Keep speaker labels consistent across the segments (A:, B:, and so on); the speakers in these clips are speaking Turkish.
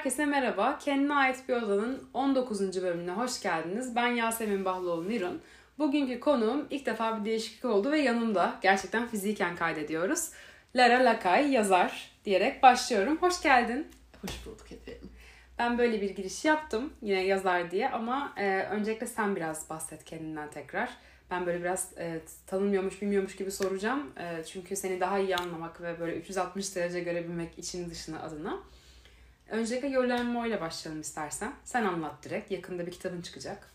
A: Herkese merhaba. Kendine ait bir odanın 19. bölümüne hoş geldiniz. Ben Yasemin Bahloğlu Nirun. Bugünkü konuğum ilk defa bir değişiklik oldu ve yanımda. Gerçekten fiziken kaydediyoruz. Lara Lakay, yazar diyerek başlıyorum. Hoş geldin.
B: Hoş bulduk efendim.
A: Ben böyle bir giriş yaptım yine yazar diye ama öncelikle sen biraz bahset kendinden tekrar. Ben böyle biraz tanımıyormuş, bilmiyormuş gibi soracağım. Çünkü seni daha iyi anlamak ve böyle 360 derece görebilmek için dışına adına. Öncelikle Yollanma ile başlayalım istersen. Sen anlat direkt. Yakında bir kitabın çıkacak.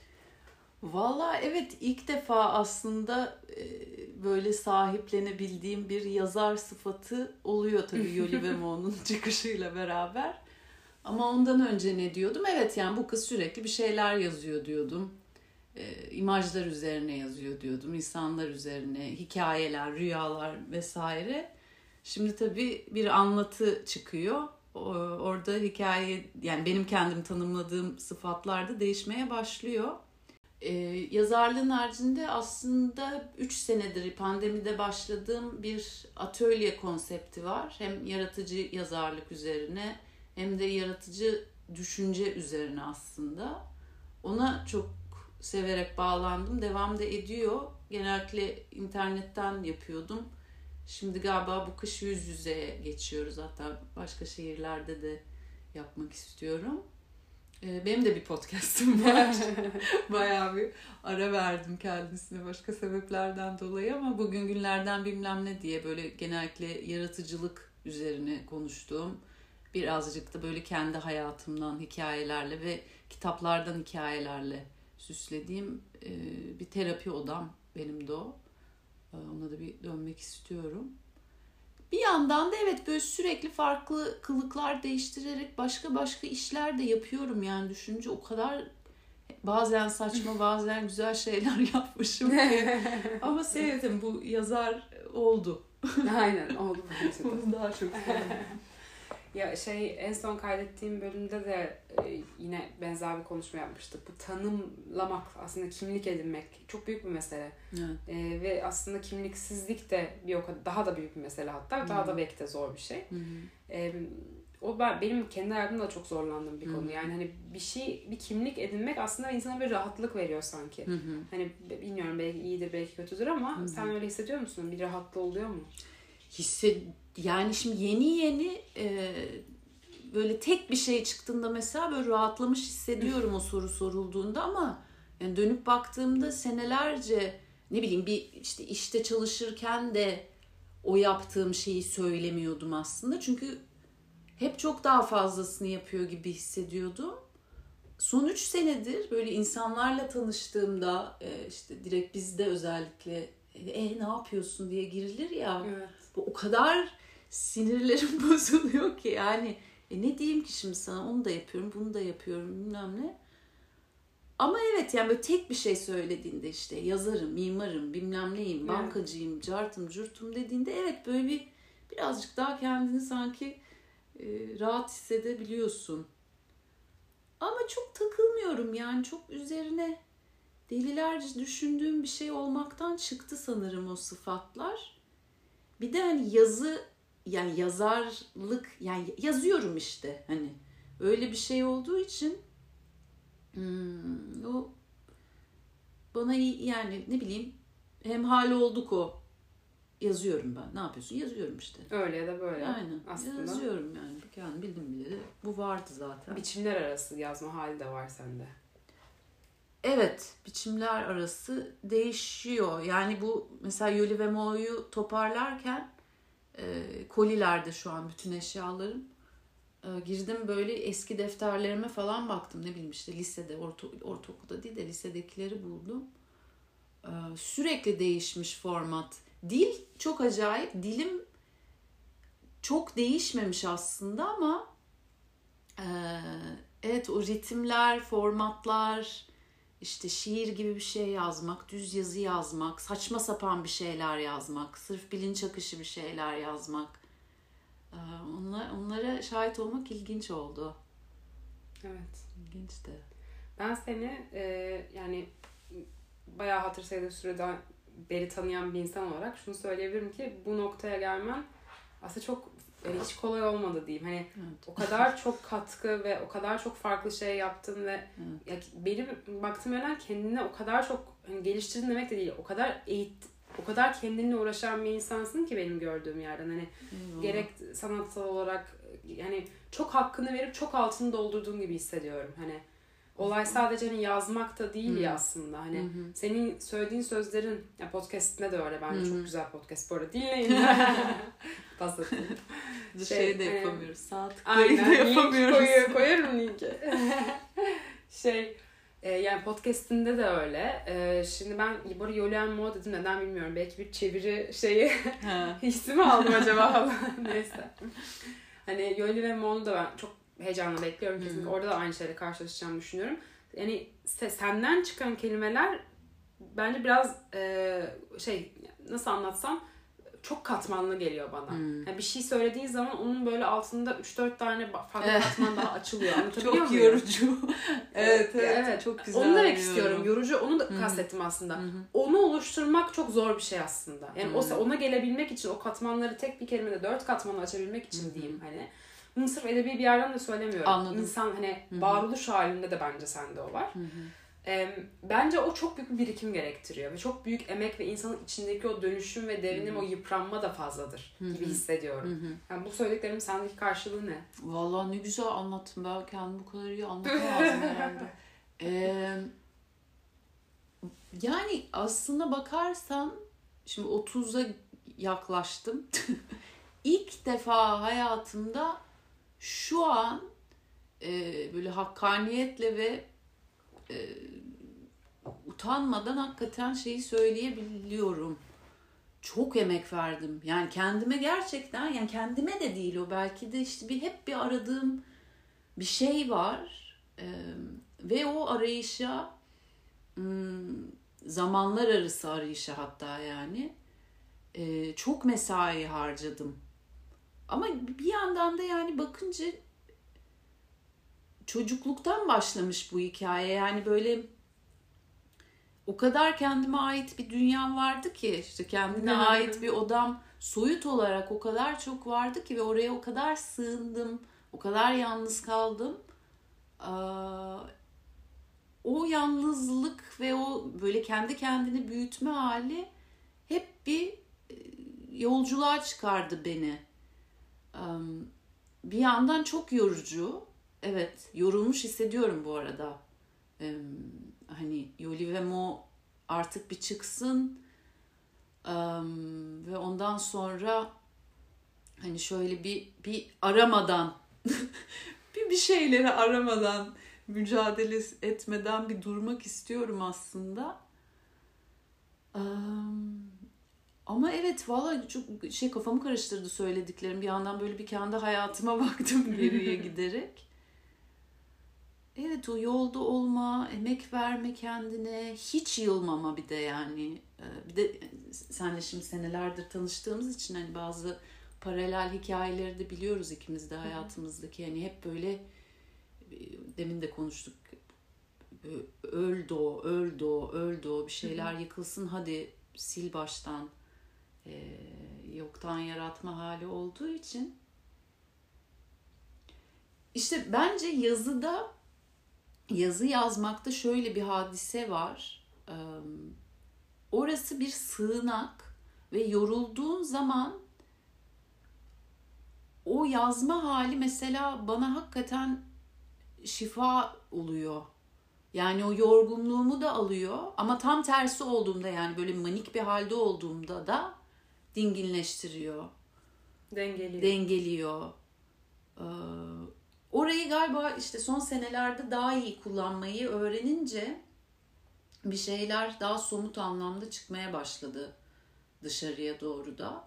B: Valla evet, ilk defa aslında böyle sahiplenebildiğim bir yazar sıfatı oluyor tabii Yolivemo'nun çıkışıyla beraber. Ama ondan önce ne diyordum? Evet, yani bu kız sürekli bir şeyler yazıyor diyordum. İmajlar üzerine yazıyor diyordum. İnsanlar üzerine, hikayeler, rüyalar vesaire. Şimdi tabii bir anlatı çıkıyor. Orada hikaye, yani benim kendim tanımladığım sıfatlar da değişmeye başlıyor. Yazarlığın haricinde aslında 3 senedir pandemide başladığım bir atölye konsepti var. Hem yaratıcı yazarlık üzerine hem de yaratıcı düşünce üzerine aslında. Ona çok severek bağlandım. Devam da ediyor. Genellikle internetten yapıyordum. Şimdi galiba bu kış yüz yüzeye geçiyoruz. Hatta başka şehirlerde de yapmak istiyorum. Benim de bir podcast'ım var. Bayağı bir ara verdim kendisine başka sebeplerden dolayı ama bugün günlerden bilmem ne diye böyle genellikle yaratıcılık üzerine konuştuğum, birazcık da böyle kendi hayatımdan hikayelerle ve kitaplardan hikayelerle süslediğim bir terapi odam benim de o. Ona da bir dönmek istiyorum. Bir yandan da evet, böyle sürekli farklı kılıklar değiştirerek başka işler de yapıyorum, yani düşününce o kadar bazen saçma bazen güzel şeyler yapmışım ki. Ama sevdim, bu yazar oldu.
A: Aynen oldu.
B: Bunu daha çok sevdim.
A: Ya en son kaydettiğim bölümde de yine benzer bir konuşma yapmıştık. Bu tanımlamak, aslında kimlik edinmek çok büyük bir mesele.
B: Evet.
A: Ve aslında kimliksizlik de bir o kadar daha da büyük bir mesele hatta. Daha da belki de zor bir şey. Benim kendi hayatımda da çok zorlandığım bir konu. Yani hani bir kimlik edinmek aslında insana bir rahatlık veriyor sanki. Hani bilmiyorum, belki iyidir belki kötüdür ama sen öyle hissediyor musun? Bir rahatlığı oluyor mu?
B: Yani şimdi yeni böyle tek bir şey çıktığında mesela böyle rahatlamış hissediyorum o soru sorulduğunda, ama yani dönüp baktığımda senelerce ne bileyim bir işte çalışırken de o yaptığım şeyi söylemiyordum aslında. Çünkü hep çok daha fazlasını yapıyor gibi hissediyordum. Son 3 senedir böyle insanlarla tanıştığımda direkt bizde özellikle ne yapıyorsun diye girilir ya.
A: Evet.
B: Bu o kadar sinirlerim bozuluyor ki yani ne diyeyim ki şimdi sana, onu da yapıyorum bunu da yapıyorum bilmem ne. Ama evet, yani böyle tek bir şey söylediğinde yazarım, mimarım, bilmem neyim, bankacıyım, cartım, curtum dediğinde evet böyle birazcık daha kendini sanki rahat hissedebiliyorsun. Ama çok takılmıyorum, yani çok üzerine delilerce düşündüğüm bir şey olmaktan çıktı sanırım o sıfatlar. Bir de hani yani yazarlık, yani yazıyorum hani öyle bir şey olduğu için o bana iyi, yani ne bileyim, hem hali olduk o. Yazıyorum ben. Ne yapıyorsun? Yazıyorum işte.
A: Öyle ya da böyle.
B: Aynen.
A: Aslında.
B: Yazıyorum yani. Yani bildim bile bu vardı zaten.
A: Biçimler arası yazma hali de var sende.
B: Evet, biçimler arası değişiyor. Yani bu mesela Yolivemo'yu toparlarken kolilerde şu an bütün eşyalarım. Girdim böyle eski defterlerime falan baktım. Ne bileyim lisede, ortaokulda değil de lisedekileri buldum. Sürekli değişmiş format. Dil çok acayip. Dilim çok değişmemiş aslında ama evet, o ritimler, formatlar, şiir gibi bir şey yazmak, düz yazı yazmak, saçma sapan bir şeyler yazmak, sırf bilinç akışı bir şeyler yazmak. Onlara şahit olmak ilginç oldu.
A: Evet.
B: İlginçti.
A: Ben seni yani bayağı hatır sayılır süreden beri tanıyan bir insan olarak şunu söyleyebilirim ki bu noktaya gelmen aslında çok yani hiç kolay olmadı diyeyim. Hani
B: Evet.
A: o kadar çok katkı ve o kadar çok farklı şey yaptın ve ya benim baktığım yönden kendine o kadar çok hani geliştirdin demek de değil. O kadar kendinle uğraşan bir insansın ki benim gördüğüm yerden. Hani gerek sanatsal olarak yani çok hakkını verip çok altını doldurduğun gibi hissediyorum. Hani olay sadece hani yazmak da değil ya aslında. Hani senin söylediğin sözlerin ya podcast'inde de öyle bence çok güzel podcast bu arada. Dinleyin. Bahsettim.
B: Şey de yapamıyoruz. Sağ
A: Aynen.
B: da yapamıyoruz.
A: Koyarım linki. Yani podcast'inde de öyle. Şimdi ben böyle Yolianmo dedim neden bilmiyorum. Belki bir çeviri şeyi hissi mi aldım acaba? Neyse. Hani Yoli ve Mo'nu da ben çok heyecanla bekliyorum kesinlikle. Orada da aynı şeyle karşılaşacağımı düşünüyorum. Yani senden çıkan kelimeler bence biraz nasıl anlatsam çok katmanlı geliyor bana. Yani bir şey söylediğin zaman onun böyle altında 3-4 tane farklı katman daha açılıyor. Anlatabiliyor muyum?
B: Çok yorucu. evet. Çok güzel.
A: Onu demek istiyorum. Yorucu onu da kastettim aslında. Onu oluşturmak çok zor bir şey aslında. Yani ona gelebilmek için o katmanları tek bir kelimede 4 katmanı açabilmek için diyeyim hani. Bunu sırf edebi bir yerden de söylemiyorum.
B: Anladım.
A: İnsan hani varoluş halinde de bence sende o var. Bence o çok büyük bir birikim gerektiriyor ve çok büyük emek ve insanın içindeki o dönüşüm ve devinim, o yıpranma da fazladır gibi hissediyorum. Yani bu söylediklerimin sendeki karşılığı ne?
B: Vallahi ne güzel anlattın. Ben kendimi bu kadar iyi anlatamazdım herhalde. Yani aslına bakarsan şimdi 30'a yaklaştım. İlk defa hayatımda şu an böyle hakkaniyetle ve utanmadan hakikaten şeyi söyleyebiliyorum. Çok emek verdim. Yani kendime gerçekten, yani kendime de değil o, belki de işte hep bir aradığım bir şey var. Ve o arayışa, zamanlar arası arayışa hatta yani çok mesai harcadım. Ama bir yandan da yani bakınca çocukluktan başlamış bu hikaye. Yani böyle o kadar kendime ait bir dünyam vardı ki, işte kendine ait bir odam soyut olarak o kadar çok vardı ki ve oraya o kadar sığındım, o kadar yalnız kaldım. O yalnızlık ve o böyle kendi kendini büyütme hali hep bir yolculuğa çıkardı beni. Bir yandan çok yorucu. Evet, yorulmuş hissediyorum bu arada. Hani Yoli ve Mo artık bir çıksın ve ondan sonra hani şöyle bir aramadan bir şeyleri aramadan, mücadele etmeden bir durmak istiyorum aslında. Ama evet vallahi çok kafamı karıştırdı söylediklerim. Bir yandan böyle bir kendi hayatıma baktım geriye giderek. Evet, o yolda olma, emek verme kendine, hiç yılmama bir de yani. Bir de senle şimdi senelerdir tanıştığımız için hani bazı paralel hikayeleri de biliyoruz ikimiz de hayatımızdaki. Yani hep böyle demin de konuştuk. Öldü o bir şeyler yıkılsın, hadi sil baştan. Yoktan yaratma hali olduğu için. İşte bence yazı yazmakta şöyle bir hadise var. Orası bir sığınak ve yorulduğun zaman o yazma hali mesela bana hakikaten şifa oluyor. Yani o yorgunluğumu da alıyor ama tam tersi olduğumda, yani böyle manik bir halde olduğumda da dinginleştiriyor. Dengeliyor. Orayı galiba işte son senelerde daha iyi kullanmayı öğrenince bir şeyler daha somut anlamda çıkmaya başladı dışarıya doğru da.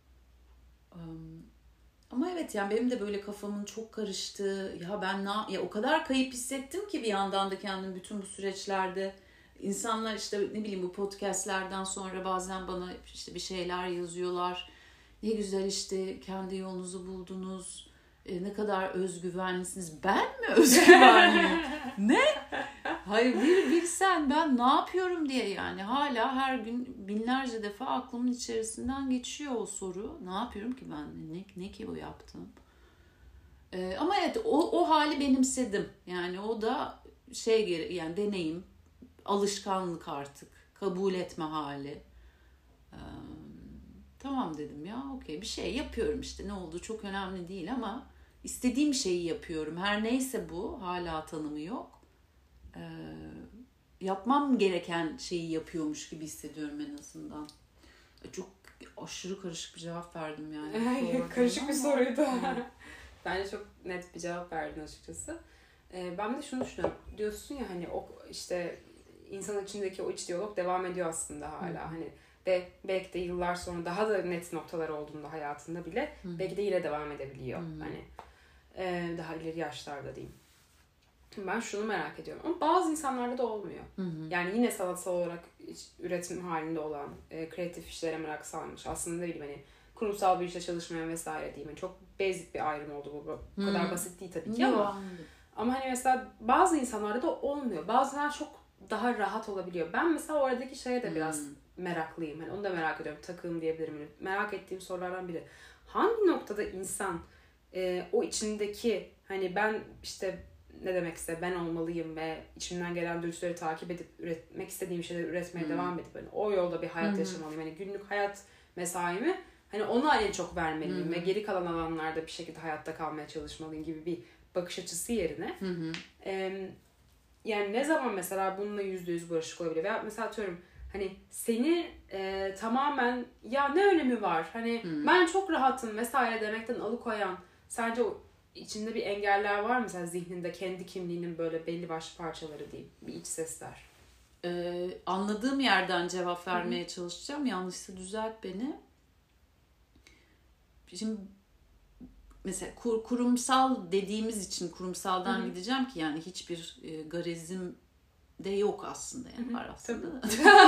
B: Ama evet yani benim de böyle kafamın çok karıştığı, ya ben o kadar kayıp hissettim ki bir yandan da kendim bütün bu süreçlerde. İnsanlar işte ne bileyim bu podcastlerden sonra bazen bana işte bir şeyler yazıyorlar. Ne güzel işte kendi yolunuzu buldunuz. Ne kadar özgüvenlisiniz. Ben mi özgüvenliyim? Ne? Hayır, bir bilsen ben ne yapıyorum diye, yani hala her gün binlerce defa aklımın içerisinden geçiyor o soru. Ne yapıyorum ki ben? Ne ki o yaptığım? Ama evet, o hali benimsedim. Yani o da yani deneyim, alışkanlık artık, kabul etme hali. Tamam dedim ya, okey, bir şey yapıyorum işte, ne oldu çok önemli değil ama istediğim şeyi yapıyorum. Her neyse bu, hala tanımı yok. Yapmam gereken şeyi yapıyormuş gibi hissediyorum en azından. Çok aşırı karışık bir cevap verdim yani.
A: Karışık bir soruydu. Bence çok net bir cevap verdin açıkçası. Ben de şunu düşünüyorum. Diyorsun ya hani o işte insanın içindeki o iç diyalog devam ediyor aslında hala. Hani ve belki de yıllar sonra daha da net noktalar olduğunda hayatında bile belki de yine devam edebiliyor. Hani daha ileri yaşlarda diyeyim. Ben şunu merak ediyorum. Ama bazı insanlarda da olmuyor. Yani yine sanatsal olarak üretim halinde olan, kreatif işlere merak salmış. Aslında değil hani kurumsal bir işte çalışmayan vesaire diyeyim. Yani çok basic bir ayrım oldu bu. Bu kadar basit değil tabii ki ama hani mesela bazı insanlarda da olmuyor. Bazıları çok daha rahat olabiliyor. Ben mesela oradaki şeye de biraz meraklıyım. Hani onu da merak ediyorum. Takığım diyebilirim. Yani merak ettiğim sorulardan biri. Hangi noktada insan o içindeki hani ben işte ne demekse ben olmalıyım ve içimden gelen dürtüleri takip edip üretmek istediğim şeyleri üretmeye devam edip hani o yolda bir hayat yaşamalıyım. Hani günlük hayat mesaimi hani ona en çok vermeliyim ve geri kalan alanlarda bir şekilde hayatta kalmaya çalışmalıyım gibi bir bakış açısı yerine yani ne zaman mesela bununla %100 barışık olabilir veya mesela atıyorum hani seni tamamen ya ne önemi var hani ben çok rahatım vesaire demekten alıkoyan sence o içinde bir engeller var mı mesela zihninde kendi kimliğinin böyle belli başlı parçaları diyeyim bir iç sesler?
B: Anladığım yerden cevap vermeye çalışacağım, yanlışsa düzelt beni. Şimdi mesela kurumsal dediğimiz için kurumsaldan gideceğim ki yani hiçbir garezim de yok aslında, yani var aslında.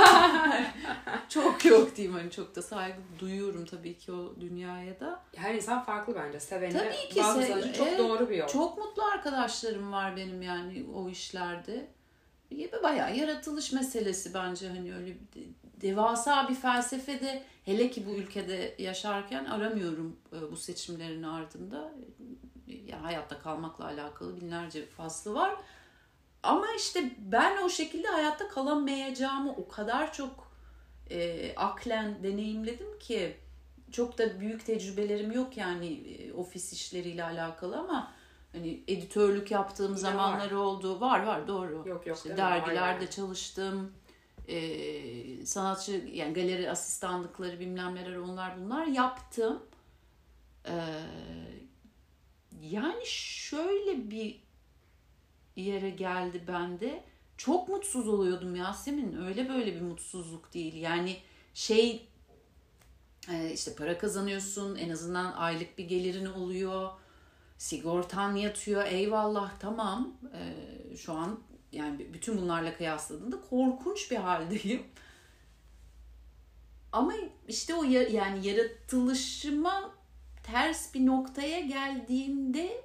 B: Çok yok diyeyim, hani çok da saygı duyuyorum tabii ki o dünyaya da.
A: Her insan farklı bence. Seveni
B: tabii ki
A: bazıları çok doğru bir yol.
B: Çok mutlu arkadaşlarım var benim yani o işlerde. Bayağı yaratılış meselesi bence, hani öyle devasa bir felsefede hele ki bu ülkede yaşarken aramıyorum bu seçimlerin ardında. Ya hayatta kalmakla alakalı binlerce faslı var. Ama işte ben o şekilde hayatta kalamayacağımı o kadar çok aklen deneyimledim ki çok da büyük tecrübelerim yok yani ofis işleriyle alakalı ama hani editörlük yaptığım zamanlar oldu. Var doğru.
A: Yok
B: işte dergilerde çalıştım. Sanatçı yani galeri asistanlıkları bilmem neler onlar bunlar yaptım. Yani şöyle bir yere geldi bende. Çok mutsuz oluyordum Yasemin. Öyle böyle bir mutsuzluk değil. Yani işte para kazanıyorsun. En azından aylık bir gelirin oluyor. Sigortan yatıyor. Eyvallah tamam. Şu an yani bütün bunlarla kıyasladığında korkunç bir haldeyim. Ama işte o yani yaratılışıma ters bir noktaya geldiğimde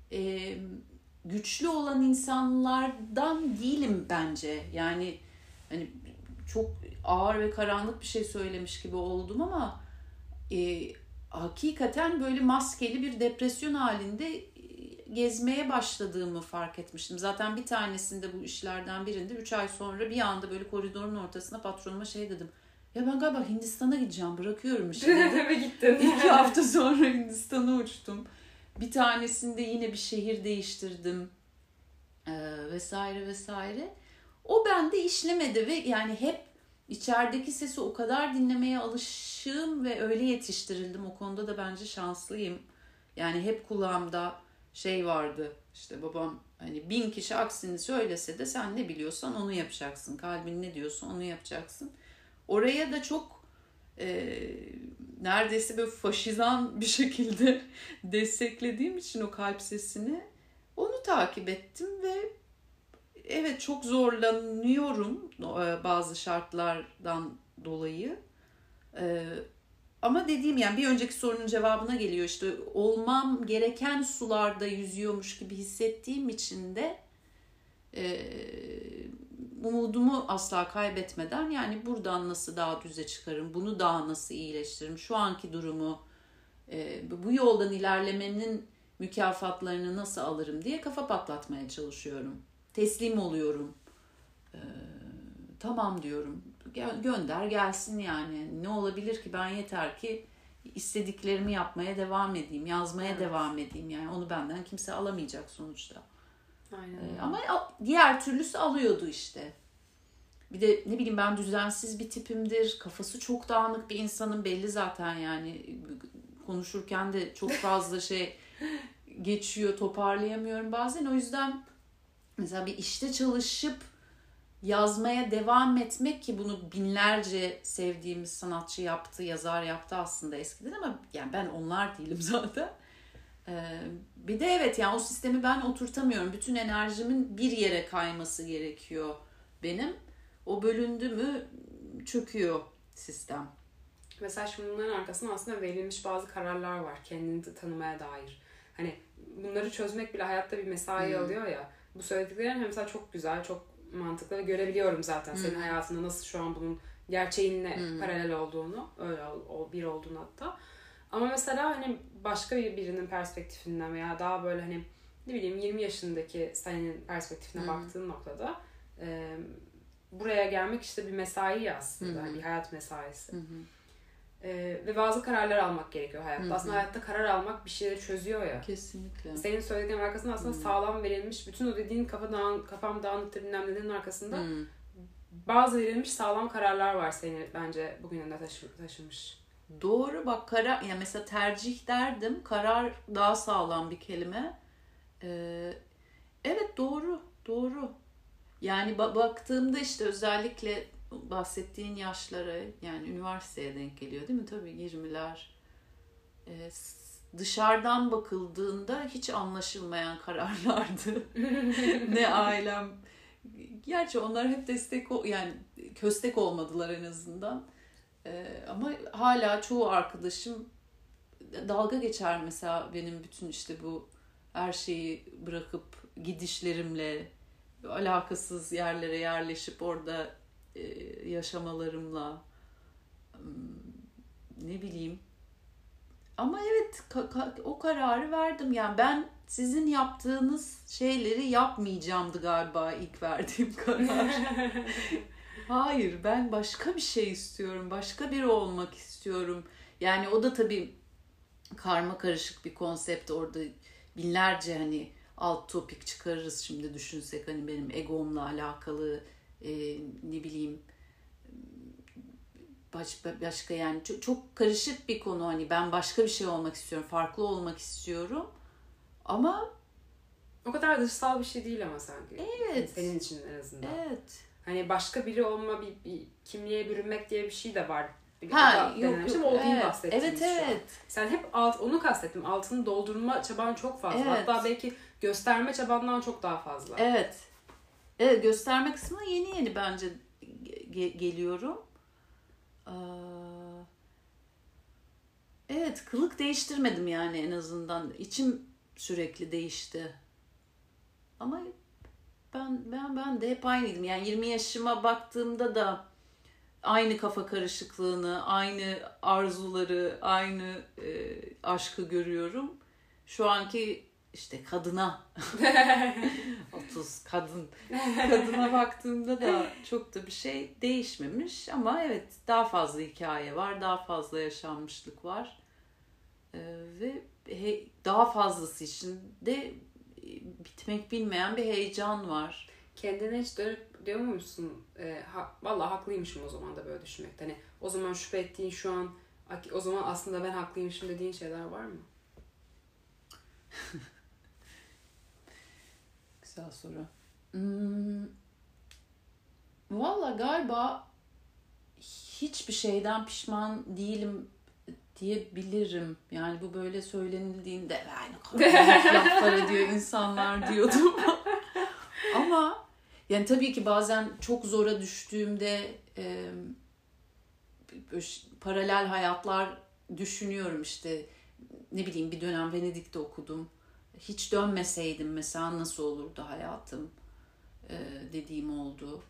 B: güçlü olan insanlardan değilim bence. Yani hani çok ağır ve karanlık bir şey söylemiş gibi oldum ama hakikaten böyle maskeli bir depresyon halinde gezmeye başladığımı fark etmiştim. Zaten bir tanesinde bu işlerden birinde 3 ay sonra bir anda böyle koridorun ortasına patronuma dedim. Ya ben galiba Hindistan'a gideceğim, bırakıyorum işi dedim.
A: Ve gittin.
B: 2 hafta sonra Hindistan'a uçtum. Bir tanesinde yine bir şehir değiştirdim vesaire vesaire. O bende işlemedi ve yani hep içerideki sesi o kadar dinlemeye alışığım ve öyle yetiştirildim. O konuda da bence şanslıyım. Yani hep kulağımda vardı. İşte babam hani 1000 kişi aksini söylese de sen ne biliyorsan onu yapacaksın. Kalbin ne diyorsa onu yapacaksın. Oraya da çok neredeyse böyle faşizan bir şekilde desteklediğim için o kalp sesini onu takip ettim ve evet çok zorlanıyorum bazı şartlardan dolayı. Ama dediğim yani bir önceki sorunun cevabına geliyor, işte olmam gereken sularda yüzüyormuş gibi hissettiğim için de umudumu asla kaybetmeden, yani buradan nasıl daha düze çıkarım, bunu daha nasıl iyileştiririm, şu anki durumu, bu yoldan ilerlemenin mükafatlarını nasıl alırım diye kafa patlatmaya çalışıyorum. Teslim oluyorum. Tamam diyorum. Gönder gelsin yani. Ne olabilir ki, ben yeter ki istediklerimi yapmaya devam edeyim, yazmaya devam edeyim. Yani onu benden kimse alamayacak sonuçta.
A: Aynen.
B: Ama diğer türlüsü alıyordu işte. Bir de ne bileyim, ben düzensiz bir tipimdir. Kafası çok dağınık bir insanım belli zaten yani. Konuşurken de çok fazla şey geçiyor, toparlayamıyorum bazen. O yüzden mesela bir işte çalışıp yazmaya devam etmek, ki bunu binlerce sevdiğimiz sanatçı yaptı, yazar yaptı aslında eskiden, ama yani ben onlar değilim zaten. Bir de evet, yani o sistemi ben oturtamıyorum. Bütün enerjimin bir yere kayması gerekiyor benim. O bölündü mü çöküyor sistem.
A: Mesela şimdi bunların arkasında aslında verilmiş bazı kararlar var kendini tanımaya dair. Hani bunları çözmek bile hayatta bir mesai alıyor ya. Bu söylediklerin mesela çok güzel, çok mantıklı ve görebiliyorum zaten senin hayatında nasıl şu an bunun gerçeğinle paralel olduğunu, öyle bir olduğunu hatta. Ama mesela hani başka birinin perspektifinden veya daha böyle hani ne bileyim 20 yaşındaki senin perspektifine baktığın noktada buraya gelmek işte bir mesai aslında, bir hayat mesaisi. Ve bazı kararlar almak gerekiyor hayatta. Aslında hayatta karar almak bir şeyleri çözüyor ya.
B: Kesinlikle.
A: Senin söylediklerin arkasında aslında sağlam verilmiş, bütün o dediğin kafam dağınıktır bilmem nedenin arkasında bazı verilmiş sağlam kararlar var seni bence bugüne de taşımış.
B: Doğru, bak karar, ya mesela tercih derdim, karar daha sağlam bir kelime. Evet, doğru. Yani baktığımda işte özellikle bahsettiğin yaşlara, yani üniversiteye denk geliyor değil mi? Tabii 20'ler. Dışarıdan bakıldığında hiç anlaşılmayan kararlardı. Ne ailem. Gerçi onlar hep yani köstek olmadılar en azından. Ama hala çoğu arkadaşım dalga geçer mesela benim bütün işte bu her şeyi bırakıp gidişlerimle, alakasız yerlere yerleşip orada yaşamalarımla, ne bileyim. Ama evet, o kararı verdim. Yani ben sizin yaptığınız şeyleri yapmayacağımdı galiba ilk verdiğim karar. Hayır, ben başka bir şey istiyorum. Başka biri olmak istiyorum. Yani o da tabii karma karışık bir konsept. Orada binlerce hani alt topik çıkarırız şimdi düşünsek. Hani benim egomla alakalı, ne bileyim, başka yani çok karışık bir konu. Hani ben başka bir şey olmak istiyorum. Farklı olmak istiyorum. Ama
A: o kadar dışsal bir şey değil ama sanki.
B: Evet.
A: Senin için en azından.
B: Evet.
A: Hani başka biri olma, bir kimliğe bürünmek diye bir şey de var.
B: Yok.
A: Ama o değil bahsettiğimiz
B: evet.
A: şu an. Sen hep onu kastettim. Altını doldurma çaban çok fazla.
B: Evet.
A: Hatta belki gösterme çabandan çok daha fazla.
B: Evet. Evet, gösterme kısmına yeni bence geliyorum. Evet, kılık değiştirmedim yani en azından. İçim sürekli değişti. Ama ben de hep aynıydım. Yani 20 yaşıma baktığımda da aynı kafa karışıklığını, aynı arzuları, aynı aşkı görüyorum. Şu anki işte kadına 30 kadına baktığımda da çok da bir şey değişmemiş, ama evet, daha fazla hikaye var, daha fazla yaşanmışlık var. Ve daha fazlası için de bitmek bilmeyen bir heyecan var.
A: Kendine hiç dönüp diyor musun? Vallahi haklıymışım o zaman da böyle düşünmekte. Hani o zaman şüphe ettiğin, şu an o zaman aslında ben haklıymışım dediğin şeyler var mı?
B: Güzel soru. Vallahi galiba hiçbir şeyden pişman değilim diyebilirim. Yani bu böyle söylenildiğinde aynı laflar ediyor insanlar diyordum. Ama yani tabii ki bazen çok zora düştüğümde paralel hayatlar düşünüyorum işte. Ne bileyim, bir dönem Venedik'te okudum. Hiç dönmeseydim mesela nasıl olurdu hayatım? dediğim oldu.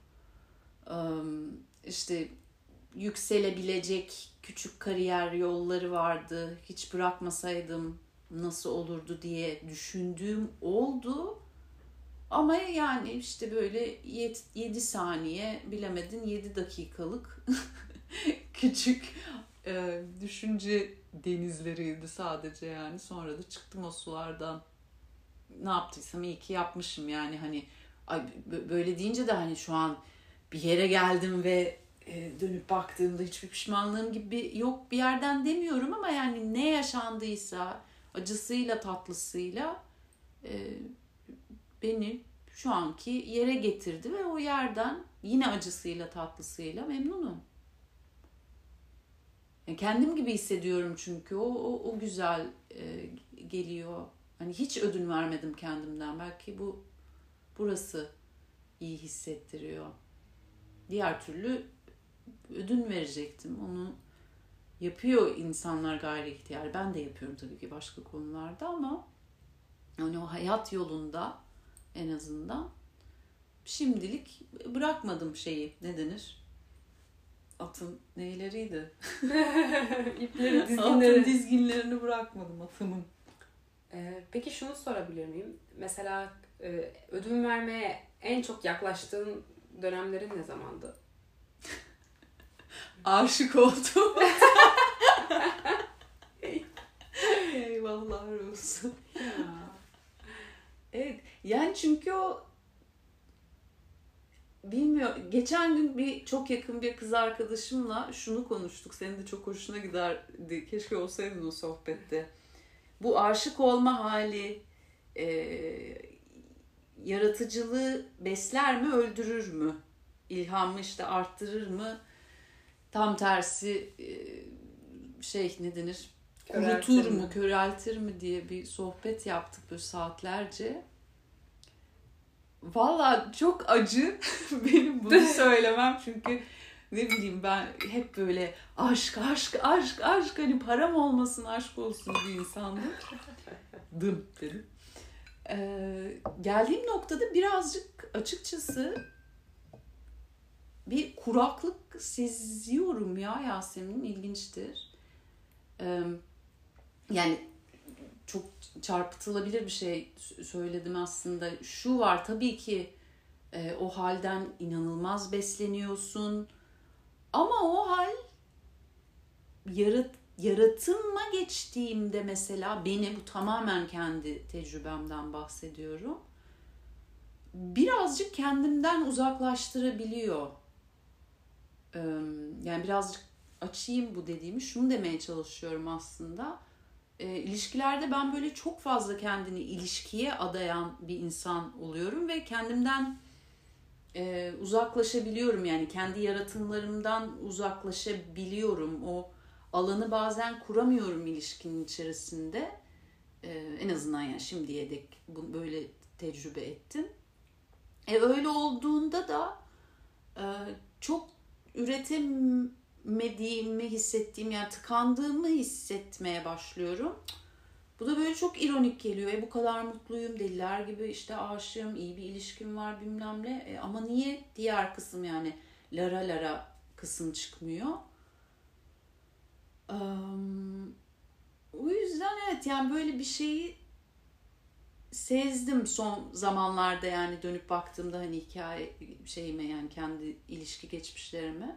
B: İşte yükselebilecek küçük kariyer yolları vardı. Hiç bırakmasaydım nasıl olurdu diye düşündüğüm oldu. Ama yani işte böyle 7 saniye, bilemedin 7 dakikalık küçük düşünce denizleriydi sadece yani. Sonra da çıktım o sulardan. Ne yaptıysam iyi ki yapmışım yani, hani böyle deyince de hani şu an bir yere geldim ve dönüp baktığımda hiçbir pişmanlığım gibi yok bir yerden demiyorum, ama yani ne yaşandıysa acısıyla tatlısıyla beni şu anki yere getirdi ve o yerden yine acısıyla tatlısıyla memnunum. Yani kendim gibi hissediyorum çünkü o güzel geliyor. Hani hiç ödün vermedim kendimden. Belki burası iyi hissettiriyor. Diğer türlü ödün verecektim. Onu yapıyor insanlar gayri ihtiyar. Ben de yapıyorum tabii ki başka konularda, ama hani o hayat yolunda en azından şimdilik bırakmadım şeyi. Ne denir? Atın neyleriydi?
A: İpleri, dizginleri.
B: Atın dizginlerini bırakmadım atımın.
A: Peki şunu sorabilir miyim? Mesela ödün vermeye en çok yaklaştığın dönemlerin ne zamandı?
B: Aşık oldum. Eyvahlar olsun. Evet. Yani çünkü o bilmiyorum. Geçen gün çok yakın bir kız arkadaşımla şunu konuştuk. Senin de çok hoşuna giderdi. Keşke olsaydın o sohbette. Bu aşık olma hali yaratıcılığı besler mi, öldürür mü? İlhamı işte arttırır mı? Tam tersi ne denir? Kurutur mu, köreltir mi diye bir sohbet yaptık böyle saatlerce. Valla çok acı benim bunu söylemem, çünkü ne bileyim ben hep böyle aşk hani param olmasın aşk olsun bir insandım. Dedim. Geldiğim noktada birazcık açıkçası bir kuraklık seziyorum ya Yasemin, ilginçtir. Yani çok çarpıtılabilir bir şey söyledim aslında. Şu var tabii ki o halden inanılmaz besleniyorsun. Ama o hal yaratıma geçtiğimde mesela bu tamamen kendi tecrübemden bahsediyorum. Birazcık kendimden uzaklaştırabiliyor. Yani birazcık açayım bu dediğimi. Şunu demeye çalışıyorum aslında. İlişkilerde ben böyle çok fazla kendini ilişkiye adayan bir insan oluyorum ve kendimden uzaklaşabiliyorum, yani kendi yaratımlarımdan uzaklaşabiliyorum. O alanı bazen kuramıyorum ilişkinin içerisinde. En azından yani şimdiye dek bunu böyle tecrübe ettim. Öyle olduğunda da çok üretemediğimi hissettiğim, yani tıkandığımı hissetmeye başlıyorum. Bu da böyle çok ironik geliyor. Bu kadar mutluyum, deliler gibi işte aşığım, iyi bir ilişkim var bilmem ne. Ama niye diğer kısım, yani lara kısım çıkmıyor? O yüzden evet, yani böyle bir şeyi sezdim son zamanlarda, yani dönüp baktığımda hani hikaye şeyime, yani kendi ilişki geçmişlerime.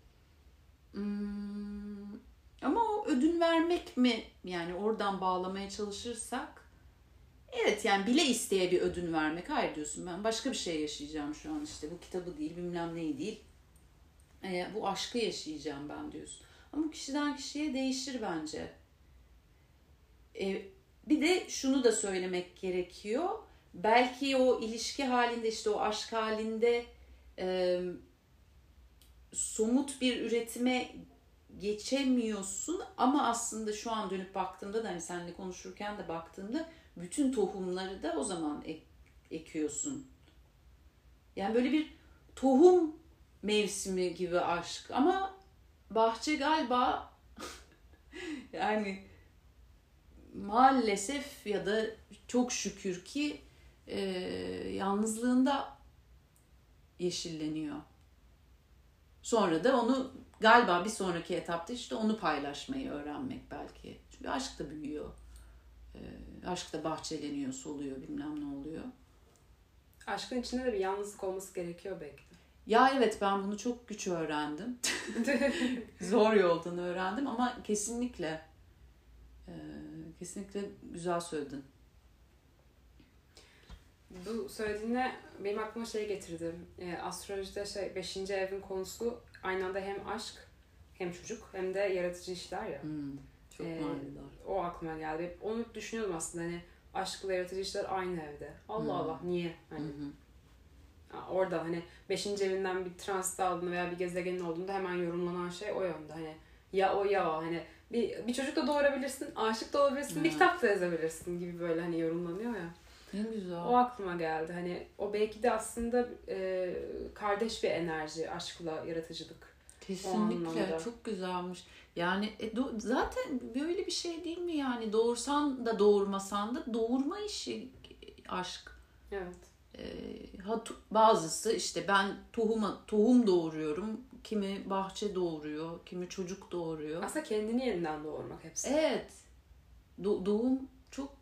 B: Ama o ödün vermek mi, yani oradan bağlamaya çalışırsak evet, yani bile isteye bir ödün vermek. Hayır diyorsun, ben başka bir şey yaşayacağım şu an, işte bu kitabı değil, bilmem neyi değil, bu aşkı yaşayacağım ben diyorsun. Ama kişiden kişiye değişir bence. Bir de şunu da söylemek gerekiyor. Belki o ilişki halinde, işte o aşk halinde somut bir üretime geçemiyorsun, ama aslında şu an dönüp baktığımda da, hani seninle konuşurken de baktığımda bütün tohumları da o zaman ekiyorsun. Yani böyle bir tohum mevsimi gibi aşk, ama bahçe galiba yani maalesef ya da çok şükür ki yalnızlığında yeşilleniyor. Sonra da onu galiba bir sonraki etapta işte onu paylaşmayı öğrenmek belki. Çünkü aşk da büyüyor. Aşk da bahçeleniyor, soluyor, bilmem ne oluyor.
A: Aşkın içinde de bir yalnızlık olması gerekiyor belki de.
B: Ya evet, ben bunu çok güç öğrendim. Zor yoldan öğrendim ama kesinlikle güzel söyledin.
A: Bu söylediğine benim aklıma şey getirdi. Astrolojide 5. evin konusu aynı anda hem aşk hem çocuk hem de yaratıcı işler ya.
B: Çok manidar.
A: O aklıma geldi. Hep onu düşünüyordum aslında, hani aşkla yaratıcı işler aynı evde. Allah Allah, niye? Hani orada hani 5. evinden bir transit aldığında veya bir gezegenin olduğunda hemen yorumlanan şey o yönde. Hani ya o ya o, hani bir çocuk da doğurabilirsin, aşık da olabilirsin, bir kitap da yazabilirsin gibi böyle hani yorumlanıyor ya.
B: Ne güzel.
A: O aklıma geldi. Hani o belki de aslında kardeş bir enerji, aşkla yaratıcılık.
B: Kesinlikle çok güzelmiş. Yani zaten böyle bir şey değil mi yani, doğursan da doğurmasan da doğurma işi aşk.
A: Evet.
B: Bazısı işte ben tohum doğuruyorum, kimi bahçe doğuruyor, kimi çocuk doğuruyor.
A: Aslında kendini yeniden doğurmak hepsi.
B: Evet. Doğum çok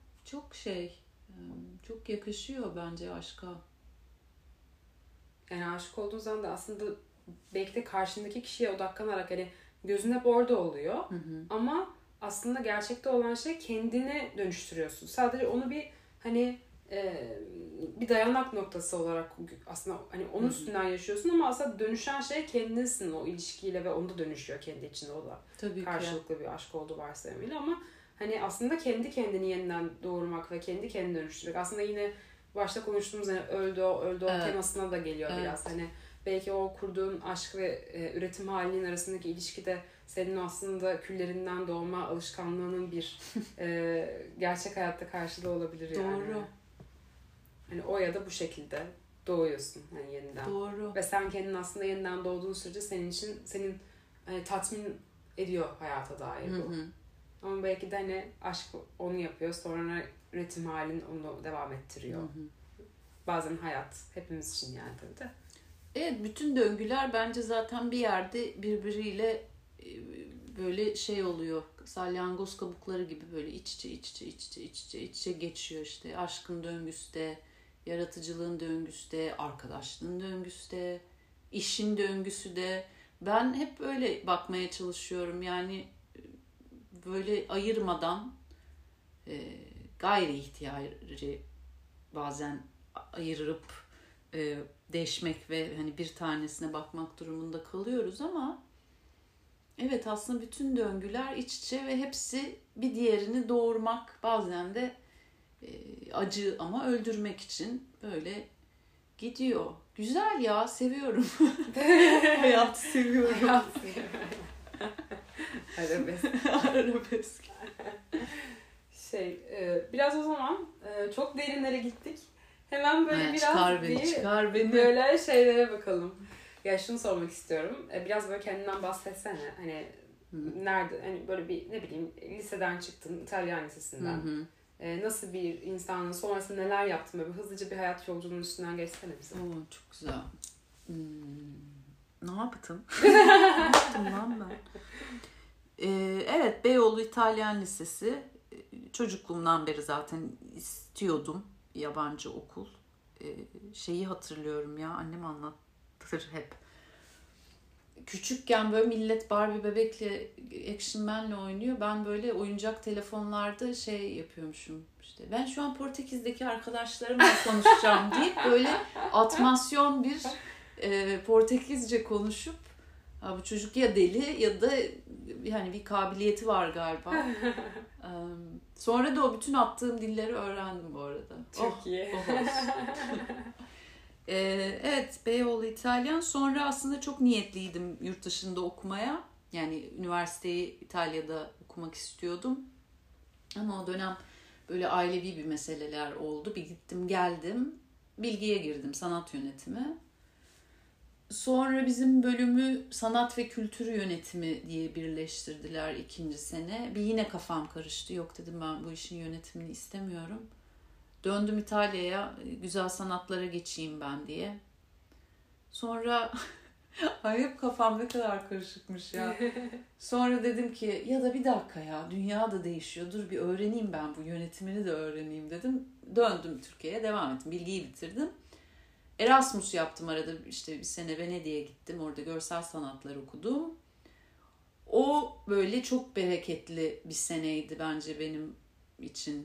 B: çok yakışıyor bence aşka.
A: Yani aşık olduğun zaman da aslında belki de karşındaki kişiye odaklanarak hani gözün hep orada oluyor. Ama aslında gerçekte olan şey kendini dönüştürüyorsun. Sadece onu bir hani bir dayanak noktası olarak aslında hani onun üstünden yaşıyorsun ama aslında dönüşen şey kendinsin o ilişkiyle ve onda dönüşüyor kendi içinde, o da. Tabii karşılıklı bir aşk olduğu varsayımıyla ama hani aslında kendi kendini yeniden doğurmak ve kendi kendini dönüştürmek aslında yine başta konuştuğumuz hani öldü o temasına da geliyor biraz. Hani belki o kurduğun aşk ve üretim halinin arasındaki ilişkide senin aslında küllerinden doğma alışkanlığının bir gerçek hayatta karşılığı olabilir yani.
B: Doğru.
A: Hani o ya da bu şekilde doğuyorsun hani yeniden.
B: Doğru.
A: Ve sen kendin aslında yeniden doğduğun sürece senin hani tatmin ediyor hayata dair bu. Ama belki de hani aşk onu yapıyor, sonra üretim halin onu devam ettiriyor. Bazen hayat hepimiz için yani tabii de.
B: Evet, bütün döngüler bence zaten bir yerde birbiriyle böyle şey oluyor. Salyangoz kabukları gibi böyle iç içe geçiyor işte. Aşkın döngüsü de, yaratıcılığın döngüsü de, arkadaşlığın döngüsü de, işin döngüsü de. Ben hep öyle bakmaya çalışıyorum. Yani böyle ayırmadan gayri ihtiyari bazen ayırıp deşmek ve hani bir tanesine bakmak durumunda kalıyoruz ama evet, aslında bütün döngüler iç içe ve hepsi bir diğerini doğurmak, bazen de acı ama öldürmek için böyle gidiyor. Güzel ya, seviyorum. Hayatı seviyorum.
A: Arabesk. Biraz o zaman çok derinlere gittik. Hemen böyle
B: çıkar beni.
A: Böyle şeylere bakalım. Ya şunu sormak istiyorum. Biraz böyle kendinden bahsetsene. Hani nerede, hani böyle bir ne bileyim liseden çıktın, İtalyan lisesinden. Nasıl bir insanın, sonrasında neler yaptın, böyle hızlıca bir hayat yolculuğunun üstünden geçsene bize.
B: Çok güzel. Ne yaptım? Ne yaptım lan ben? Evet, Beyoğlu İtalyan Lisesi. Çocukluğumdan beri zaten istiyordum yabancı okul. Şeyi hatırlıyorum ya, annem anlatır hep. Küçükken böyle millet Barbie bebekle, Action Man'le oynuyor. Ben böyle oyuncak telefonlarda şey yapıyormuşum. İşte ben şu an Portekiz'deki arkadaşlarımla konuşacağım deyip böyle atmasyon bir Portekizce konuşup bu çocuk ya deli ya da yani bir kabiliyeti var galiba. Sonra da o bütün attığım dilleri öğrendim bu arada.
A: Çok iyi.
B: Evet, Beyoğlu İtalyan. Sonra aslında çok niyetliydim yurt dışında okumaya. Yani üniversiteyi İtalya'da okumak istiyordum. Ama o dönem böyle ailevi bir meseleler oldu. Bir gittim geldim. Bilgiye girdim, sanat yönetimi. Sonra bizim bölümü sanat ve kültür yönetimi diye birleştirdiler 2. sene. Bir yine kafam karıştı. Yok dedim, ben bu işin yönetimini istemiyorum. Döndüm İtalya'ya, güzel sanatlara geçeyim ben diye. Sonra ay hep kafam ne kadar karışıkmış ya. Sonra dedim ki ya da bir dakika ya, dünya da değişiyor. Dur bir öğreneyim, ben bu yönetimini de öğreneyim dedim. Döndüm Türkiye'ye, devam ettim. Bilgiyi bitirdim. Erasmus yaptım arada, işte bir sene Venedik'e gittim. Orada görsel sanatlar okudum. O böyle çok bereketli bir seneydi bence benim için.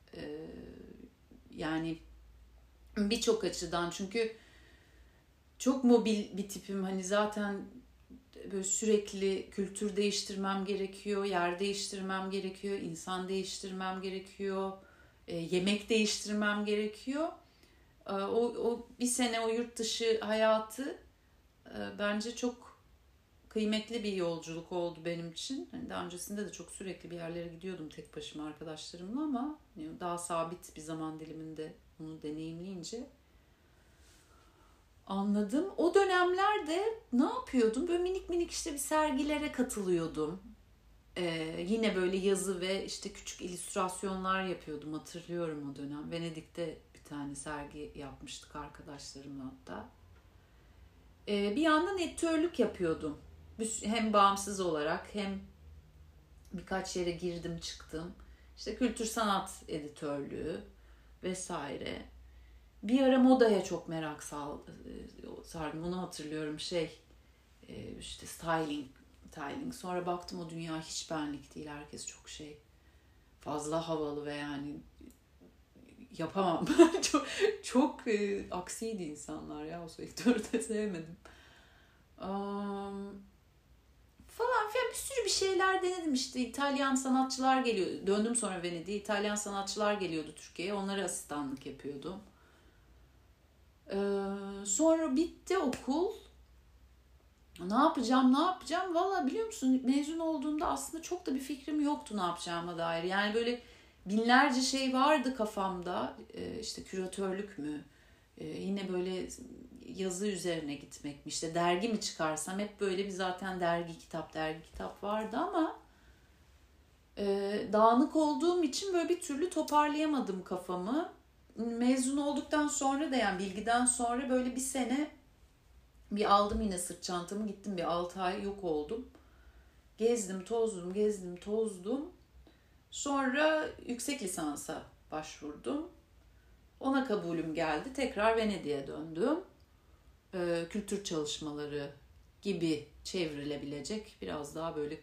B: Yani birçok açıdan, çünkü çok mobil bir tipim. Hani zaten böyle sürekli kültür değiştirmem gerekiyor, yer değiştirmem gerekiyor, insan değiştirmem gerekiyor, yemek değiştirmem gerekiyor. O bir sene o yurt dışı hayatı bence çok kıymetli bir yolculuk oldu benim için. Hani daha öncesinde de çok sürekli bir yerlere gidiyordum tek başıma arkadaşlarımla, ama daha sabit bir zaman diliminde bunu deneyimleyince anladım. O dönemlerde ne yapıyordum? Böyle minik minik işte bir sergilere katılıyordum. Yine böyle yazı ve işte küçük illüstrasyonlar yapıyordum. Hatırlıyorum o dönem. Venedik'te bir tane sergi yapmıştık arkadaşlarımla hatta. Bir yandan editörlük yapıyordum. Hem bağımsız olarak hem birkaç yere girdim çıktım. İşte kültür sanat editörlüğü vesaire. Bir ara modaya çok merak sardım. Onu hatırlıyorum, işte styling. Sonra baktım o dünya hiç benlik değil. Herkes çok fazla havalı ve yani yapamam. çok aksiydi insanlar ya, o sektörü de sevmedim. Falan filan bir sürü bir şeyler denedim. İşte İtalyan sanatçılar geliyor. Döndüm sonra Venedik'e. İtalyan sanatçılar geliyordu Türkiye'ye. Onlara asistanlık yapıyordum. Sonra bitti okul. Ne yapacağım? Valla biliyor musun, mezun olduğumda aslında çok da bir fikrim yoktu ne yapacağıma dair. Yani böyle binlerce şey vardı kafamda. İşte küratörlük mü? Yine böyle yazı üzerine gitmek mi? İşte dergi mi çıkarsam? Hep böyle bir zaten dergi kitap vardı ama dağınık olduğum için böyle bir türlü toparlayamadım kafamı. Mezun olduktan sonra da, yani bilgiden sonra böyle bir sene bir aldım yine sırt çantamı, gittim bir 6 ay yok oldum. Gezdim tozdum. Sonra yüksek lisansa başvurdum. Ona kabulüm geldi. Tekrar Venedik'e döndüm. Kültür çalışmaları gibi çevrilebilecek biraz daha böyle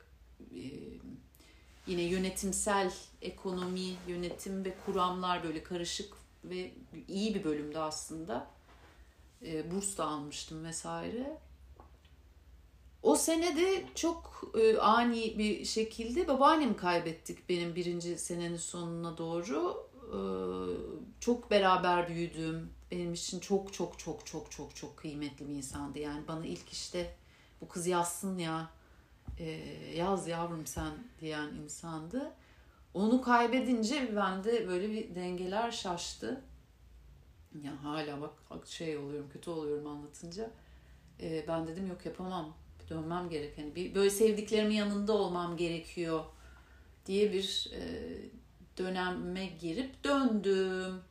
B: yine yönetimsel ekonomi, yönetim ve kuramlar, böyle karışık ve iyi bir bölümde aslında. Burs da almıştım vesaire. O sene de çok ani bir şekilde babaannemi kaybettik benim birinci senenin sonuna doğru. Çok beraber büyüdüğüm, benim için çok kıymetli bir insandı. Yani bana ilk işte bu kız yazsın ya, yaz yavrum sen diyen insandı. Onu kaybedince bende böyle bir dengeler şaştı. Ya hala bak oluyorum, kötü oluyorum anlatınca. Ben dedim yok, yapamam. Dönmem gerek. Hani bir böyle sevdiklerimin yanında olmam gerekiyor diye bir döneme girip döndüm.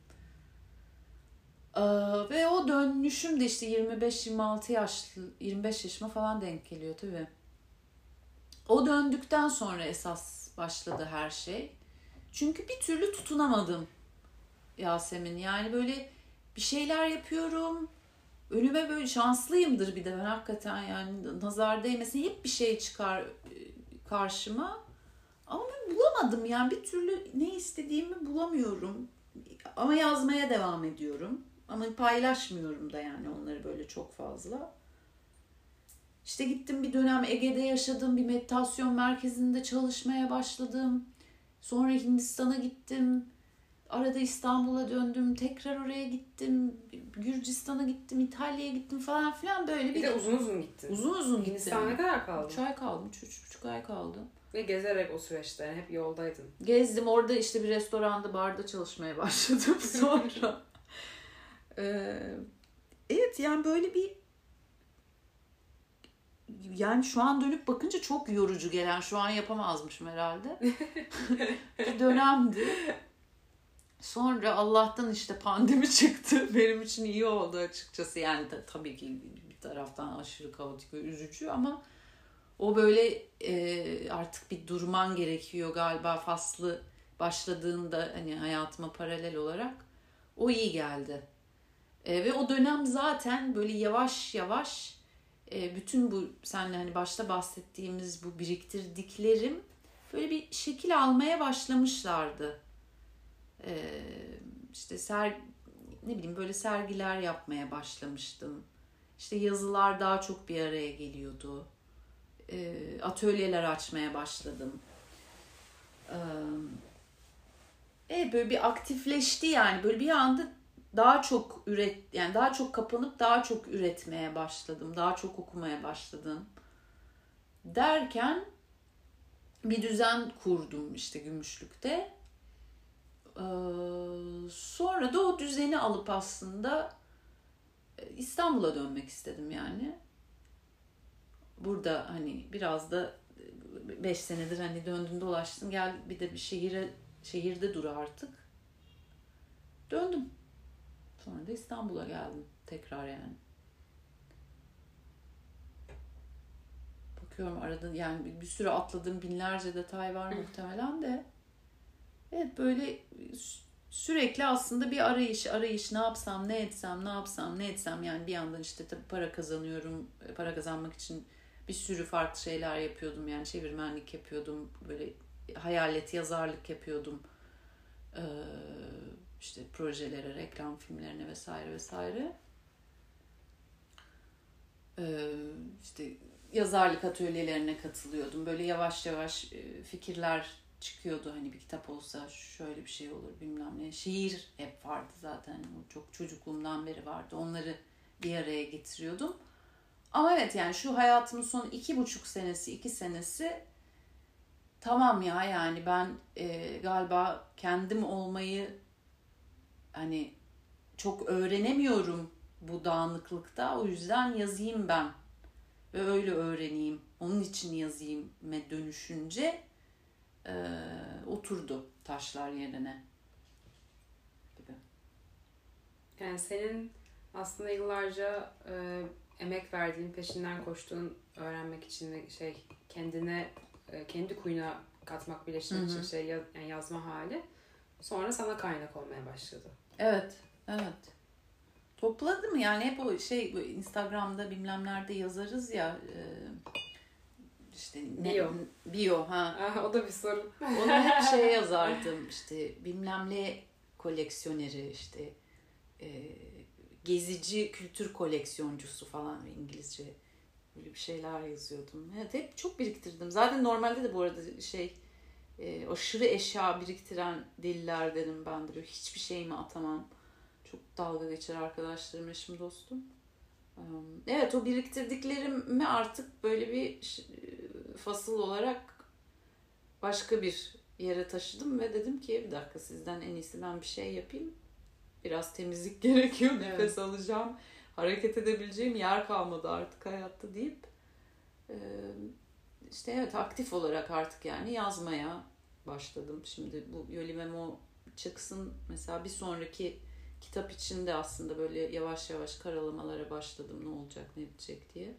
B: Ve o dönüşüm de işte 25 yaşıma falan denk geliyor tabii. O döndükten sonra esas başladı her şey. Çünkü bir türlü tutunamadım Yasemin. Yani böyle bir şeyler yapıyorum. Önüme böyle, şanslıyımdır bir de ben hakikaten, yani nazar değmesin, hep bir şey çıkar karşıma. Ama ben bulamadım, yani bir türlü ne istediğimi bulamıyorum. Ama yazmaya devam ediyorum. Ama paylaşmıyorum da yani onları böyle çok fazla. İşte gittim bir dönem Ege'de yaşadım. Bir meditasyon merkezinde çalışmaya başladım. Sonra Hindistan'a gittim. Arada İstanbul'a döndüm. Tekrar oraya gittim. Gürcistan'a gittim. İtalya'ya gittim falan filan böyle.
A: Bir de uzun gittin.
B: Uzun gittim.
A: Hindistan'a ne kadar kaldın?
B: 3 ay kaldım. 3,5 ay kaldım.
A: Ve gezerek o süreçte, yani hep yoldaydın.
B: Gezdim. Orada işte bir restoranda, barda çalışmaya başladım sonra. Evet, yani böyle bir, yani şu an dönüp bakınca çok yorucu gelen, şu an yapamazmışım herhalde. Bir dönemdi. Sonra Allah'tan işte pandemi çıktı. Benim için iyi oldu açıkçası. Yani tabii ki bir taraftan aşırı kaotik ve üzücü ama o böyle artık bir durman gerekiyor galiba, faslı başladığında hani hayatıma paralel olarak. O iyi geldi. Ve o dönem zaten böyle yavaş yavaş bütün bu seninle hani başta bahsettiğimiz bu biriktirdiklerim böyle bir şekil almaya başlamışlardı. İşte ne bileyim böyle sergiler yapmaya başlamıştım. İşte yazılar daha çok bir araya geliyordu. Atölyeler açmaya başladım. Böyle bir aktifleşti yani. Böyle bir anda daha çok yani daha çok kapanıp daha çok üretmeye başladım. Daha çok okumaya başladım. Derken bir düzen kurdum işte Gümüşlük'te. Sonra da o düzeni alıp aslında İstanbul'a dönmek istedim yani. Burada hani biraz da 5 senedir hani döndüm dolaştım. Gel bir de bir şehirde dur artık. Döndüm. Sonra da İstanbul'a geldim tekrar yani. Bakıyorum arada yani bir sürü atladığım binlerce detay var muhtemelen de. Evet böyle sürekli aslında bir arayış ne yapsam ne etsem yani bir yandan işte tabii para kazanıyorum, para kazanmak için bir sürü farklı şeyler yapıyordum yani çevirmenlik yapıyordum, böyle hayalet yazarlık yapıyordum, işte projelere, reklam filmlerine vesaire vesaire, işte yazarlık atölyelerine katılıyordum, böyle yavaş yavaş fikirler çıkıyordu. Hani bir kitap olsa şöyle bir şey olur bilmem ne. Şiir hep vardı zaten. O çok çocukluğumdan beri vardı. Onları bir araya getiriyordum. Ama evet yani şu hayatımın son 2 senesi tamam ya yani ben galiba kendim olmayı hani çok öğrenemiyorum bu dağınıklıkta. O yüzden yazayım ben ve öyle öğreneyim. Onun için yazayım dönüşünce oturdu taşlar yerine gibi.
A: Yani senin aslında yıllarca emek verdiğin, peşinden koştuğun, öğrenmek için de kendine kendi kuyuna katmak, birleştirmek için yani yazma hali sonra sana kaynak olmaya başladı.
B: Evet. Topladım yani hep o bu Instagram'da bilmem nerede yazarız ya işte bio ha.
A: O da bir sorun.
B: Onu hep yazardım işte bilmem ne koleksiyoneri işte gezici kültür koleksiyoncusu falan İngilizce böyle bir şeyler yazıyordum. Evet hep çok biriktirdim. Zaten normalde de bu arada aşırı eşya biriktiren delilerdenim ben de. Böyle hiçbir şeyimi atamam. Çok dalga geçer arkadaşlarım, eşim, dostum. Evet o biriktirdiklerimi artık böyle bir fasıl olarak başka bir yere taşıdım ve dedim ki bir dakika sizden en iyisi ben bir şey yapayım. Biraz temizlik gerekiyor. Evet. Nefes alacağım. Hareket edebileceğim yer kalmadı artık hayatta deyip işte evet aktif olarak artık yani yazmaya başladım. Şimdi bu Yoli Memo çıksın mesela bir sonraki kitap için de aslında böyle yavaş yavaş karalamalara başladım. Ne olacak ne bitecek diye.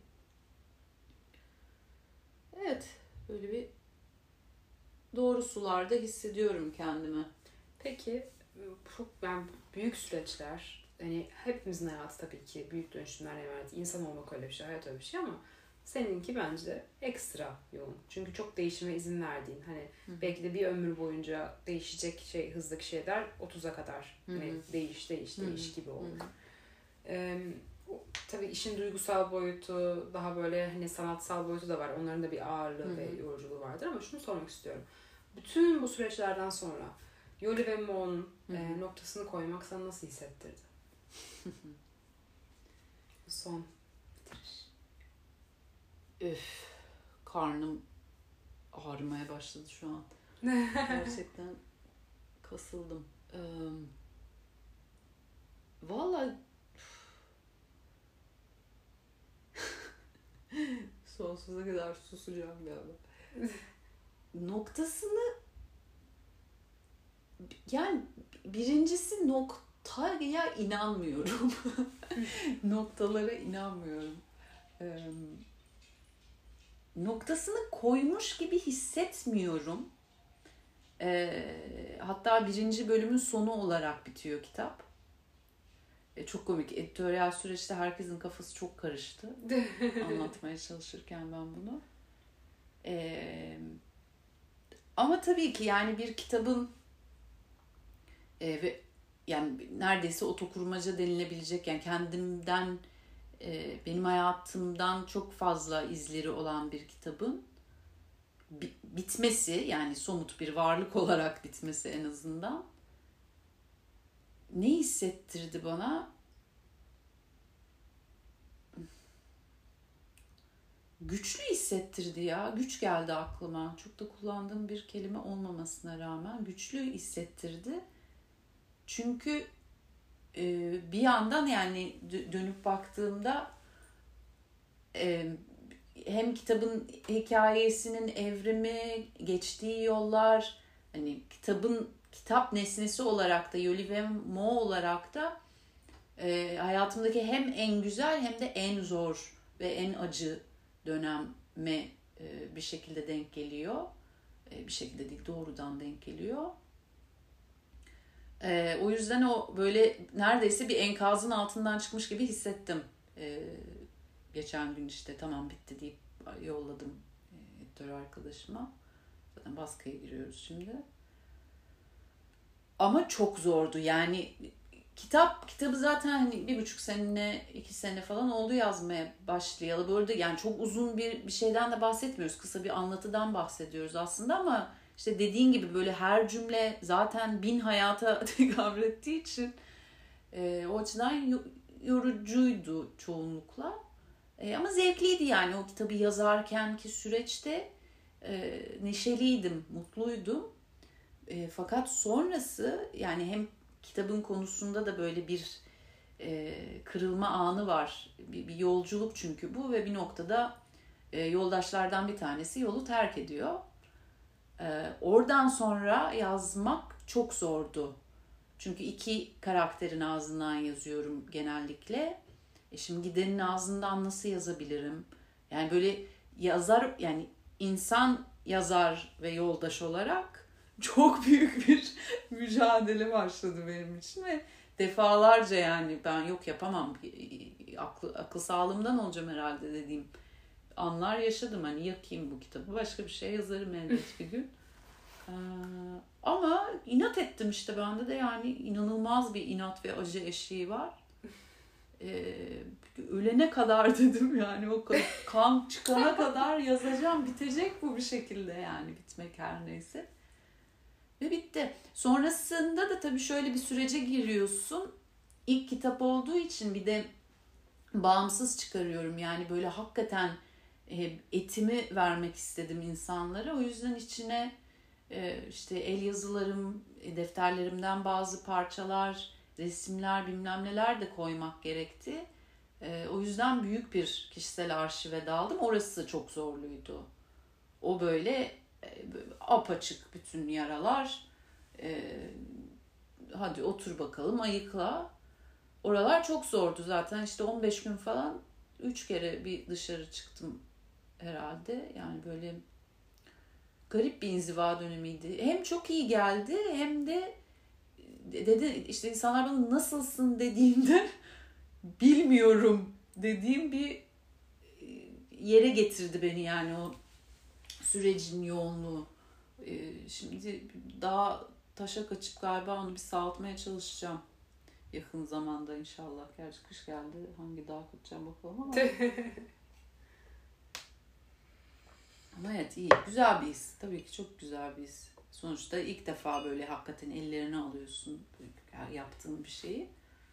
B: Evet böyle bir doğru sularda hissediyorum kendimi.
A: Peki çok yani büyük süreçler hani hepimizin hayatı tabii ki büyük dönüşümlerle verdi. İnsan olmak öyle bir şey, hayat öyle bir şey ama seninki bence ekstra yoğun. Çünkü çok değişime izin verdiğin hani belki de bir ömür boyunca değişecek hızdaki şeyler 30'a kadar hani değiş gibi olur. Tabii işin duygusal boyutu daha böyle hani sanatsal boyutu da var. Onların da bir ağırlığı ve yoruculuğu vardır ama şunu sormak istiyorum. Bütün bu süreçlerden sonra Yoli ve Mo'nun noktasını koymak sana nasıl hissettirdi? Son bitiriş.
B: Karnım ağrımaya başladı şu an. Gerçekten kasıldım. Vallahi sonsuza kadar susacağım galiba. Noktasını yani birincisi noktaya inanmıyorum. Noktalara inanmıyorum. Noktasını koymuş gibi hissetmiyorum. Hatta 1. bölümün sonu olarak bitiyor kitap. Çok komik. Editoryal süreçte herkesin kafası çok karıştı. Anlatmaya çalışırken ben bunu. Ama tabii ki yani bir kitabın ve yani neredeyse otokurmaca denilebilecek, yani kendimden, benim hayatımdan çok fazla izleri olan bir kitabın bitmesi, yani somut bir varlık olarak bitmesi en azından ne hissettirdi bana? Güçlü hissettirdi ya. Güç geldi aklıma. Çok da kullandığım bir kelime olmamasına rağmen güçlü hissettirdi. Çünkü bir yandan yani dönüp baktığımda hem kitabın hikayesinin evrimi, geçtiği yollar, hani kitap nesnesi olarak da, Yoli ve Mo olarak da hayatımdaki hem en güzel hem de en zor ve en acı döneme bir şekilde denk geliyor. Bir şekilde değil, doğrudan denk geliyor. O yüzden o böyle neredeyse bir enkazın altından çıkmış gibi hissettim. Geçen gün işte tamam bitti deyip yolladım editör arkadaşıma. Zaten baskıya giriyoruz şimdi. Ama çok zordu. Yani kitabı zaten hani 1,5 sene, 2 sene falan oldu yazmaya başlayalı. Bu arada yani çok uzun bir şeyden de bahsetmiyoruz. Kısa bir anlatıdan bahsediyoruz aslında ama işte dediğin gibi böyle her cümle zaten 1000 hayata tekabül ettiği için o açıdan yorucuydu çoğunlukla. Ama zevkliydi yani o kitabı yazarkenki süreçte neşeliydim, mutluydum. Fakat sonrası yani hem kitabın konusunda da böyle bir kırılma anı var. Bir yolculuk çünkü bu ve bir noktada yoldaşlardan bir tanesi yolu terk ediyor. Oradan sonra yazmak çok zordu. Çünkü 2 karakterin ağzından yazıyorum genellikle. Şimdi gidenin ağzından nasıl yazabilirim? Yani böyle yazar, yani insan yazar ve yoldaş olarak çok büyük bir mücadele başladı benim için ve defalarca yani ben yok yapamam, akıl sağlığımdan olacağım herhalde dediğim anlar yaşadım. Hani yakayım bu kitabı, başka bir şey yazarım elbet bir gün. Ama inat ettim işte, bende de yani inanılmaz bir inat ve acı eşiği var. Ölene kadar dedim yani, o kan çıkana kadar yazacağım, bitecek bu bir şekilde, yani bitmek her neyse. Ve bitti. Sonrasında da tabii şöyle bir sürece giriyorsun. İlk kitap olduğu için bir de bağımsız çıkarıyorum. Yani böyle hakikaten etimi vermek istedim insanlara. O yüzden içine işte el yazılarım, defterlerimden bazı parçalar, resimler, bilmem neler de koymak gerekti. O yüzden büyük bir kişisel arşive daldım. Orası çok zorluydu. O böyle apaçık bütün yaralar. Hadi otur bakalım, ayıkla. Oralar çok zordu zaten. İşte 15 gün falan 3 kere bir dışarı çıktım herhalde. Yani böyle garip bir inziva dönemiydi. Hem çok iyi geldi hem de dedi işte, insanlar bana nasılsın dediğinde bilmiyorum dediğim bir yere getirdi beni, yani o sürecin yoğunluğu. Şimdi daha taşa kaçıp galiba onu bir sağaltmaya çalışacağım yakın zamanda inşallah. Gerçi kış geldi, hangi dağa kaçacağım bakalım ama. Ama evet, iyi, güzel bir his. Tabii ki çok güzel bir his. Sonuçta ilk defa böyle hakikaten ellerine alıyorsun yaptığın bir şeyi.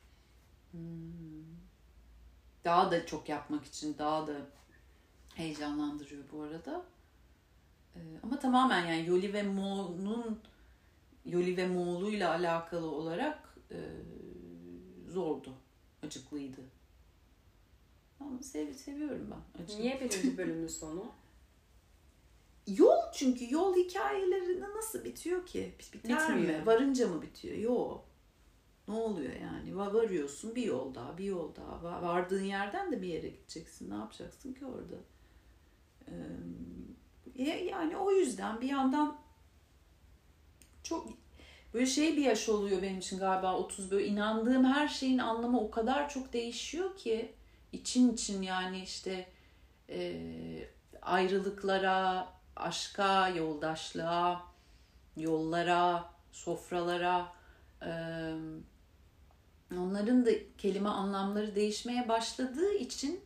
B: Daha da çok yapmak için daha da heyecanlandırıyor bu arada. Ama tamamen yani Yoli ve Mo'luyla alakalı olarak zordu. Acıklıydı. Ama seviyorum ben. Acıklı.
A: Niye 1. bölümün sonu?
B: Yol çünkü yol hikayeleri nasıl bitiyor ki? Biter
A: Bitmiyor.
B: mi? Varınca mı bitiyor? Yok. Ne oluyor yani? Varıyorsun bir yol daha, bir yol daha. Vardığın yerden de bir yere gideceksin. Ne yapacaksın ki orada? Yani o yüzden bir yandan çok böyle bir yaş oluyor benim için galiba 30, böyle inandığım her şeyin anlamı o kadar çok değişiyor ki için yani işte ayrılıklara, aşka, yoldaşlığa, yollara, sofralara, onların da kelime anlamları değişmeye başladığı için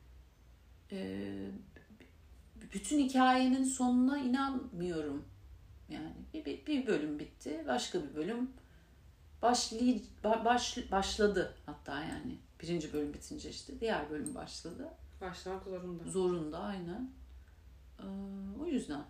B: bütün hikayenin sonuna inanmıyorum. Yani bir bölüm bitti, başka bir bölüm başladı hatta yani. Birinci bölüm bitince işte diğer bölüm başladı.
A: Başlamak zorunda.
B: Zorunda aynen. O yüzden.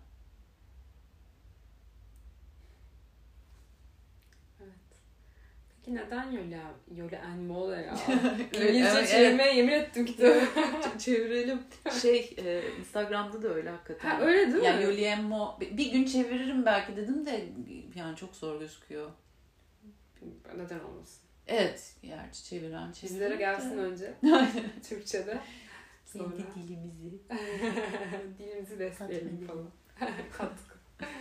A: Evet. Peki neden Yole en Mola ya? İngilizce çevirmeye yemin ettim kitabı.
B: Çevirelim. Instagram'da da öyle hakikaten.
A: Ha öyle değil mi?
B: Yani Yoliemmo bir gün çeviririm belki dedim de yani çok zor gözüküyor.
A: Neden olmasın?
B: Evet, gerçi çeviren.
A: Bizlere gelsin önce. Türkçe'de.
B: Sonra dilimizi.
A: Dilimizi besleyelim falan. Katkı.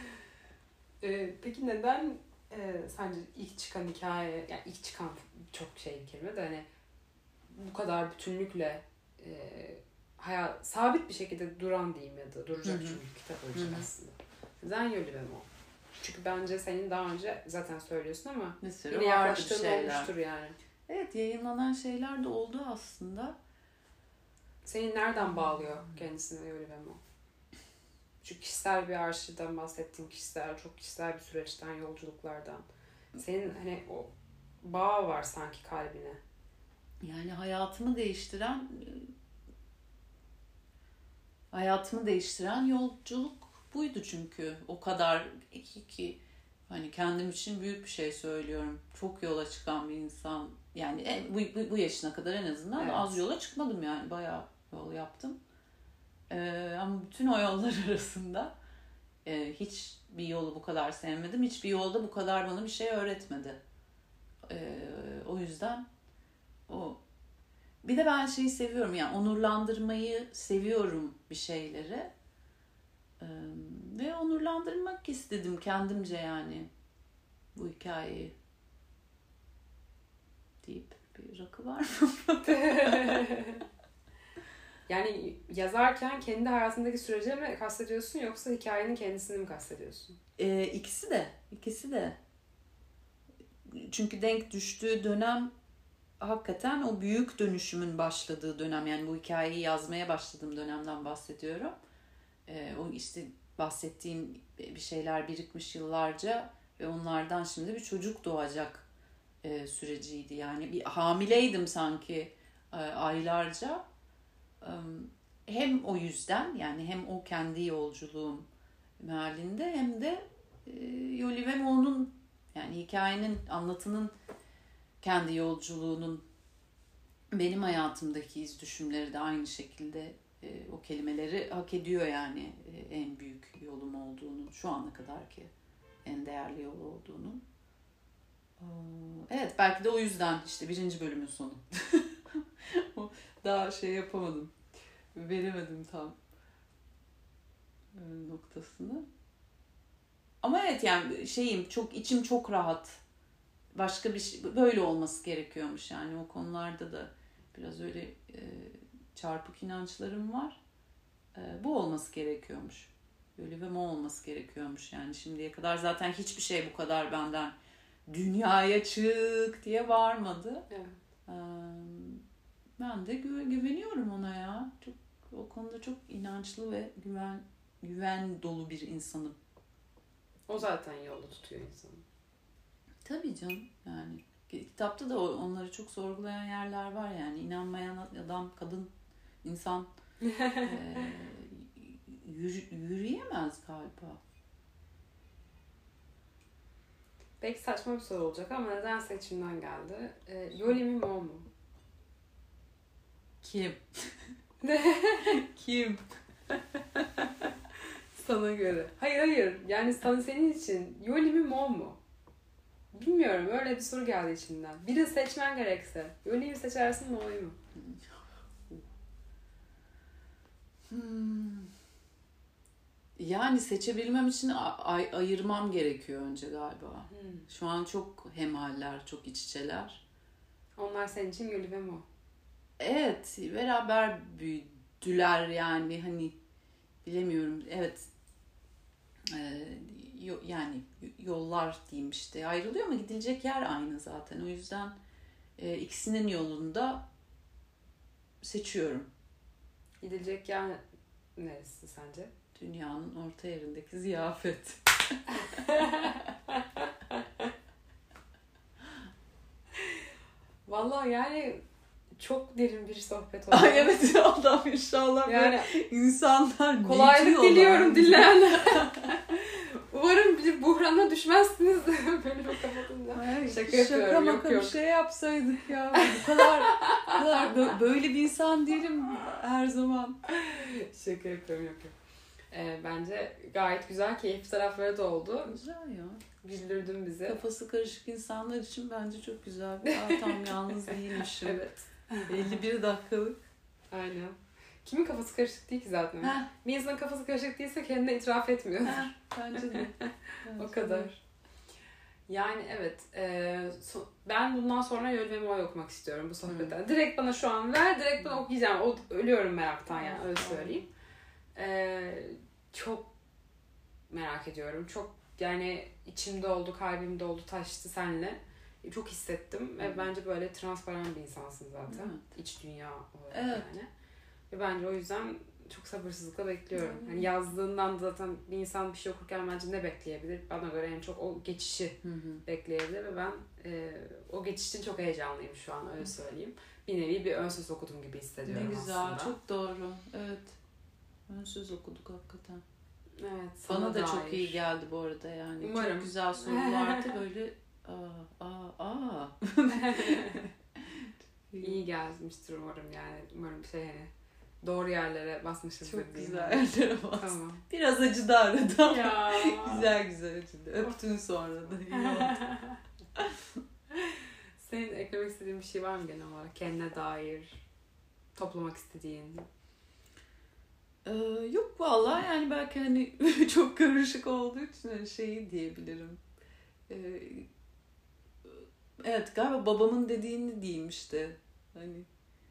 A: Peki neden sence ilk çıkan hikaye, yani ilk çıkan çok bir kelime de hani bu kadar bütünlükle sabit bir şekilde duran diyeyim ya da duracak çünkü kitap olacak aslında. Neden Yolivermo? Çünkü bence senin daha önce zaten söylüyorsun ama yine yaklaştığın olmuştur yani.
B: Evet, yayınlanan şeyler de oldu aslında.
A: Seni nereden bağlıyor kendisine Yolivermo? Çünkü kişisel bir arşivden bahsettiğin çok kişisel bir süreçten, yolculuklardan. Senin hani o bağ var sanki kalbine.
B: Yani hayatımı değiştiren yolculuk buydu çünkü. O kadar ki hani kendim için büyük bir şey söylüyorum. Çok yola çıkan bir insan. Yani bu yaşına kadar en azından evet. Az yola çıkmadım yani. Bayağı yol yaptım. Ama bütün o yollar arasında hiçbir yolu bu kadar sevmedim. Hiçbir yolda bu kadar bana bir şey öğretmedi. O yüzden bir de ben seviyorum yani onurlandırmayı seviyorum bir şeyleri. Ve onurlandırmak istedim kendimce yani bu hikayeyi deyip bir rakı var mı?
A: Yani yazarken kendi hayatındaki süreci mi kastediyorsun yoksa hikayenin kendisini mi kastediyorsun?
B: İkisi de. Çünkü denk düştüğü dönem hakikaten o büyük dönüşümün başladığı dönem. Yani bu hikayeyi yazmaya başladığım dönemden bahsediyorum. O işte bahsettiğin bir şeyler birikmiş yıllarca ve onlardan şimdi bir çocuk doğacak süreciydi. Yani bir hamileydim sanki aylarca. Hem o yüzden yani hem o kendi yolculuğum mealinde hem de Yolivermo'nun yani hikayenin, anlatının kendi yolculuğunun benim hayatımdaki iz düşümleri de aynı şekilde o kelimeleri hak ediyor yani en büyük yolum olduğunu, şu ana kadarki en değerli yol olduğunu. Evet, belki de o yüzden işte 1. bölümün sonu. Daha yapamadım. Veremedim tam noktasını. Ama evet yani içim çok rahat. Başka bir şey böyle olması gerekiyormuş yani o konularda da biraz öyle çarpık inançlarım var. Bu olması gerekiyormuş. Yolivermo olması gerekiyormuş yani şimdiye kadar zaten hiçbir şey bu kadar benden dünyaya çık diye bağırmadı.
A: Evet.
B: Ben de güveniyorum ona ya. Çok o konuda çok inançlı ve güven dolu bir insanım.
A: O zaten yolda tutuyor insanı.
B: Tabii canım yani. Kitapta da onları çok sorgulayan yerler var yani. İnanmayan adam, kadın, insan yürüyemez galiba.
A: Belki saçma bir soru olacak ama nedense içimden geldi. Yoli mi Mo mu?
B: Kim? Kim?
A: Sana göre. Hayır. Yani senin için Yoli mi Mo mu? Bilmiyorum. Öyle bir soru geldi içimden. Bir de seçmen gerekse. Yoli'yi mi seçersin Mo'yu mu?
B: Yani seçebilmem için ayırmam gerekiyor önce galiba. Şu an çok hemaller, çok iç içeler.
A: Onlar senin için Yoli ve Mo.
B: Evet, beraber büyüdüler yani hani bilemiyorum. Evet. Yani yollar diyeyim işte. Ayrılıyor ama gidilecek yer aynı zaten. O yüzden ikisinin yolunda seçiyorum.
A: Gidilecek yer neresi sence?
B: Dünyanın orta yerindeki ziyafet.
A: Vallahi yani çok derin bir sohbet oldu.
B: Ay evet Allah'ım inşallah
A: yani
B: insanlar
A: kolaylık diliyorum dinleyenler. Umarım bir buhrana düşmezsiniz. Böyle bir kapatınca. Şaka yapıyorum.
B: Şaka bir şey yapsaydık ya. Bu kadar böyle bir insan değilim her zaman.
A: Şaka yapıyorum. Bence gayet güzel, keyifli tarafları da oldu.
B: Güzel ya.
A: Güldürdün bizi.
B: Kafası karışık insanlar için bence çok güzel. Tam yalnız değilmişim.
A: Evet.
B: 51 dakikalık.
A: Aynen. Kimin kafası karışık değil ki zaten.
B: Heh.
A: Bir insanın kafası karışık değilse kendine itiraf etmiyor.
B: Bence de.
A: O kadar. Yani evet. Ben bundan sonra Yol ve Mo'yu okumak istiyorum bu sohbetten. Direkt bana şu an ver. Direkt bana okuyacağım. Ölüyorum meraktan yani. Öyle söyleyeyim. Çok merak ediyorum. Çok yani içimde oldu, kalbimde oldu, taştı seninle. Çok hissettim. Bence böyle transparan bir insansın zaten. Evet. İç dünya olarak yani. Ve bence o yüzden çok sabırsızlıkla bekliyorum. Yani yazdığından da zaten bir insan bir şey okurken bence ne bekleyebilir? Bana göre en çok o geçişi bekleyebilir ve ben o geçiş için çok heyecanlıyım şu an, öyle söyleyeyim. Bir nevi bir ön söz okudum gibi hissediyorum aslında.
B: Ne güzel, çok doğru. Evet. Ön söz okuduk hakikaten.
A: Evet.
B: Bana da çok iyi geldi bu arada yani.
A: Umarım.
B: Çok güzel sorulardı böyle.
A: İyi gelmiştir umarım yani. Umarım doğru yerlere basmışızdır.
B: Çok güzel yerlere bastım.
A: Tamam.
B: Biraz acıdı arada.
A: Ya.
B: güzel acıdı. Öptün sonra da. İyi oldu.
A: Senin eklemek istediğin bir şey var mı genel olarak? Kendine dair toplamak istediğin?
B: Yok vallahi yani belki hani çok karışık olduğu için şeyi diyebilirim. Evet galiba babamın dediğini diyeyim işte. Hani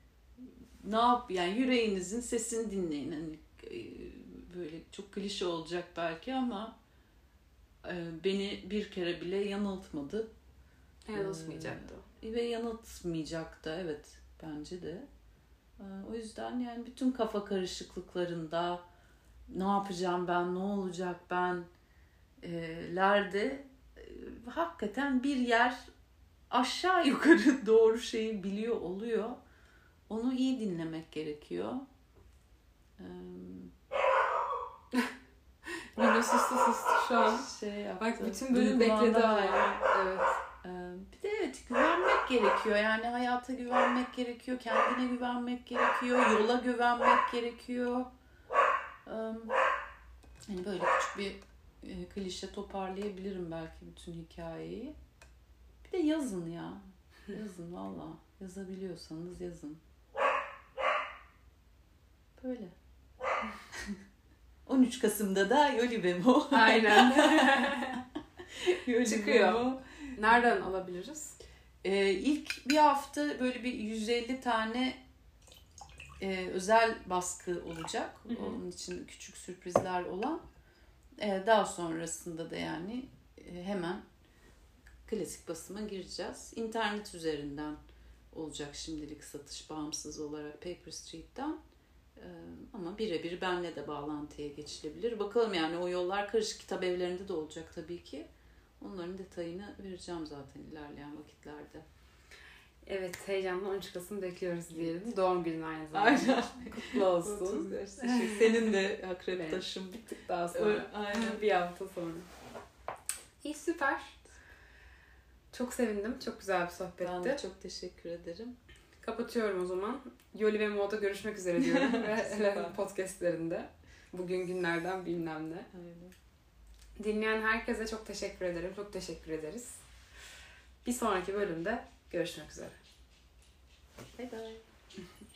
B: yani yüreğinizin sesini dinleyin. Hani böyle çok klişe olacak belki ama beni bir kere bile yanıltmadı.
A: Yanıltmayacaktı.
B: Ve yanıltmayacaktı evet bence de. O yüzden yani bütün kafa karışıklıklarında ne yapacağım ben, ne olacak ben lerde hakikaten bir yer aşağı yukarı doğru şeyi biliyor oluyor. Onu iyi dinlemek gerekiyor.
A: Yine sustu şu an. Bak bütün bölüm bekledi hala. Evet.
B: Bir de evet güvenmek gerekiyor. Yani hayata güvenmek gerekiyor. Kendine güvenmek gerekiyor. Yola güvenmek gerekiyor. Hani böyle küçük bir klişe toparlayabilirim belki bütün hikayeyi. Bir de yazın ya. Yazın valla. Yazabiliyorsanız yazın. Böyle. 13 Kasım'da da Yoli ve Mo.
A: Aynen. Çıkıyor. Nereden alabiliriz?
B: İlk bir hafta böyle bir 150 tane özel baskı olacak. Onun için küçük sürprizler olan. Daha sonrasında da yani hemen klasik basıma gireceğiz. İnternet üzerinden olacak şimdilik satış bağımsız olarak Paper Street'ten. Ama birebir benle de bağlantıya geçilebilir. Bakalım yani o yollar karışık, kitap evlerinde de olacak tabii ki. Onların detayını vereceğim zaten ilerleyen vakitlerde.
A: Evet, heyecanla 13 Kasım bekliyoruz diyelim. Doğum günün aynı zamanda.
B: Aynen.
A: Kutlu olsun.
B: Senin de akrep taşın.
A: Bir tık daha sonra.
B: Aynen.
A: Bir hafta sonra. İyi, süper. Çok sevindim. Çok güzel bir sohbetti.
B: Ben de çok teşekkür ederim.
A: Kapatıyorum o zaman. Yoli ve Mo'da görüşmek üzere diyorum. Ve podcastlerinde. Bugün günlerden bilmem ne.
B: Aynen.
A: Dinleyen herkese çok teşekkür ederim. Çok teşekkür ederiz. Bir sonraki bölümde görüşmek üzere.
B: Bye bye.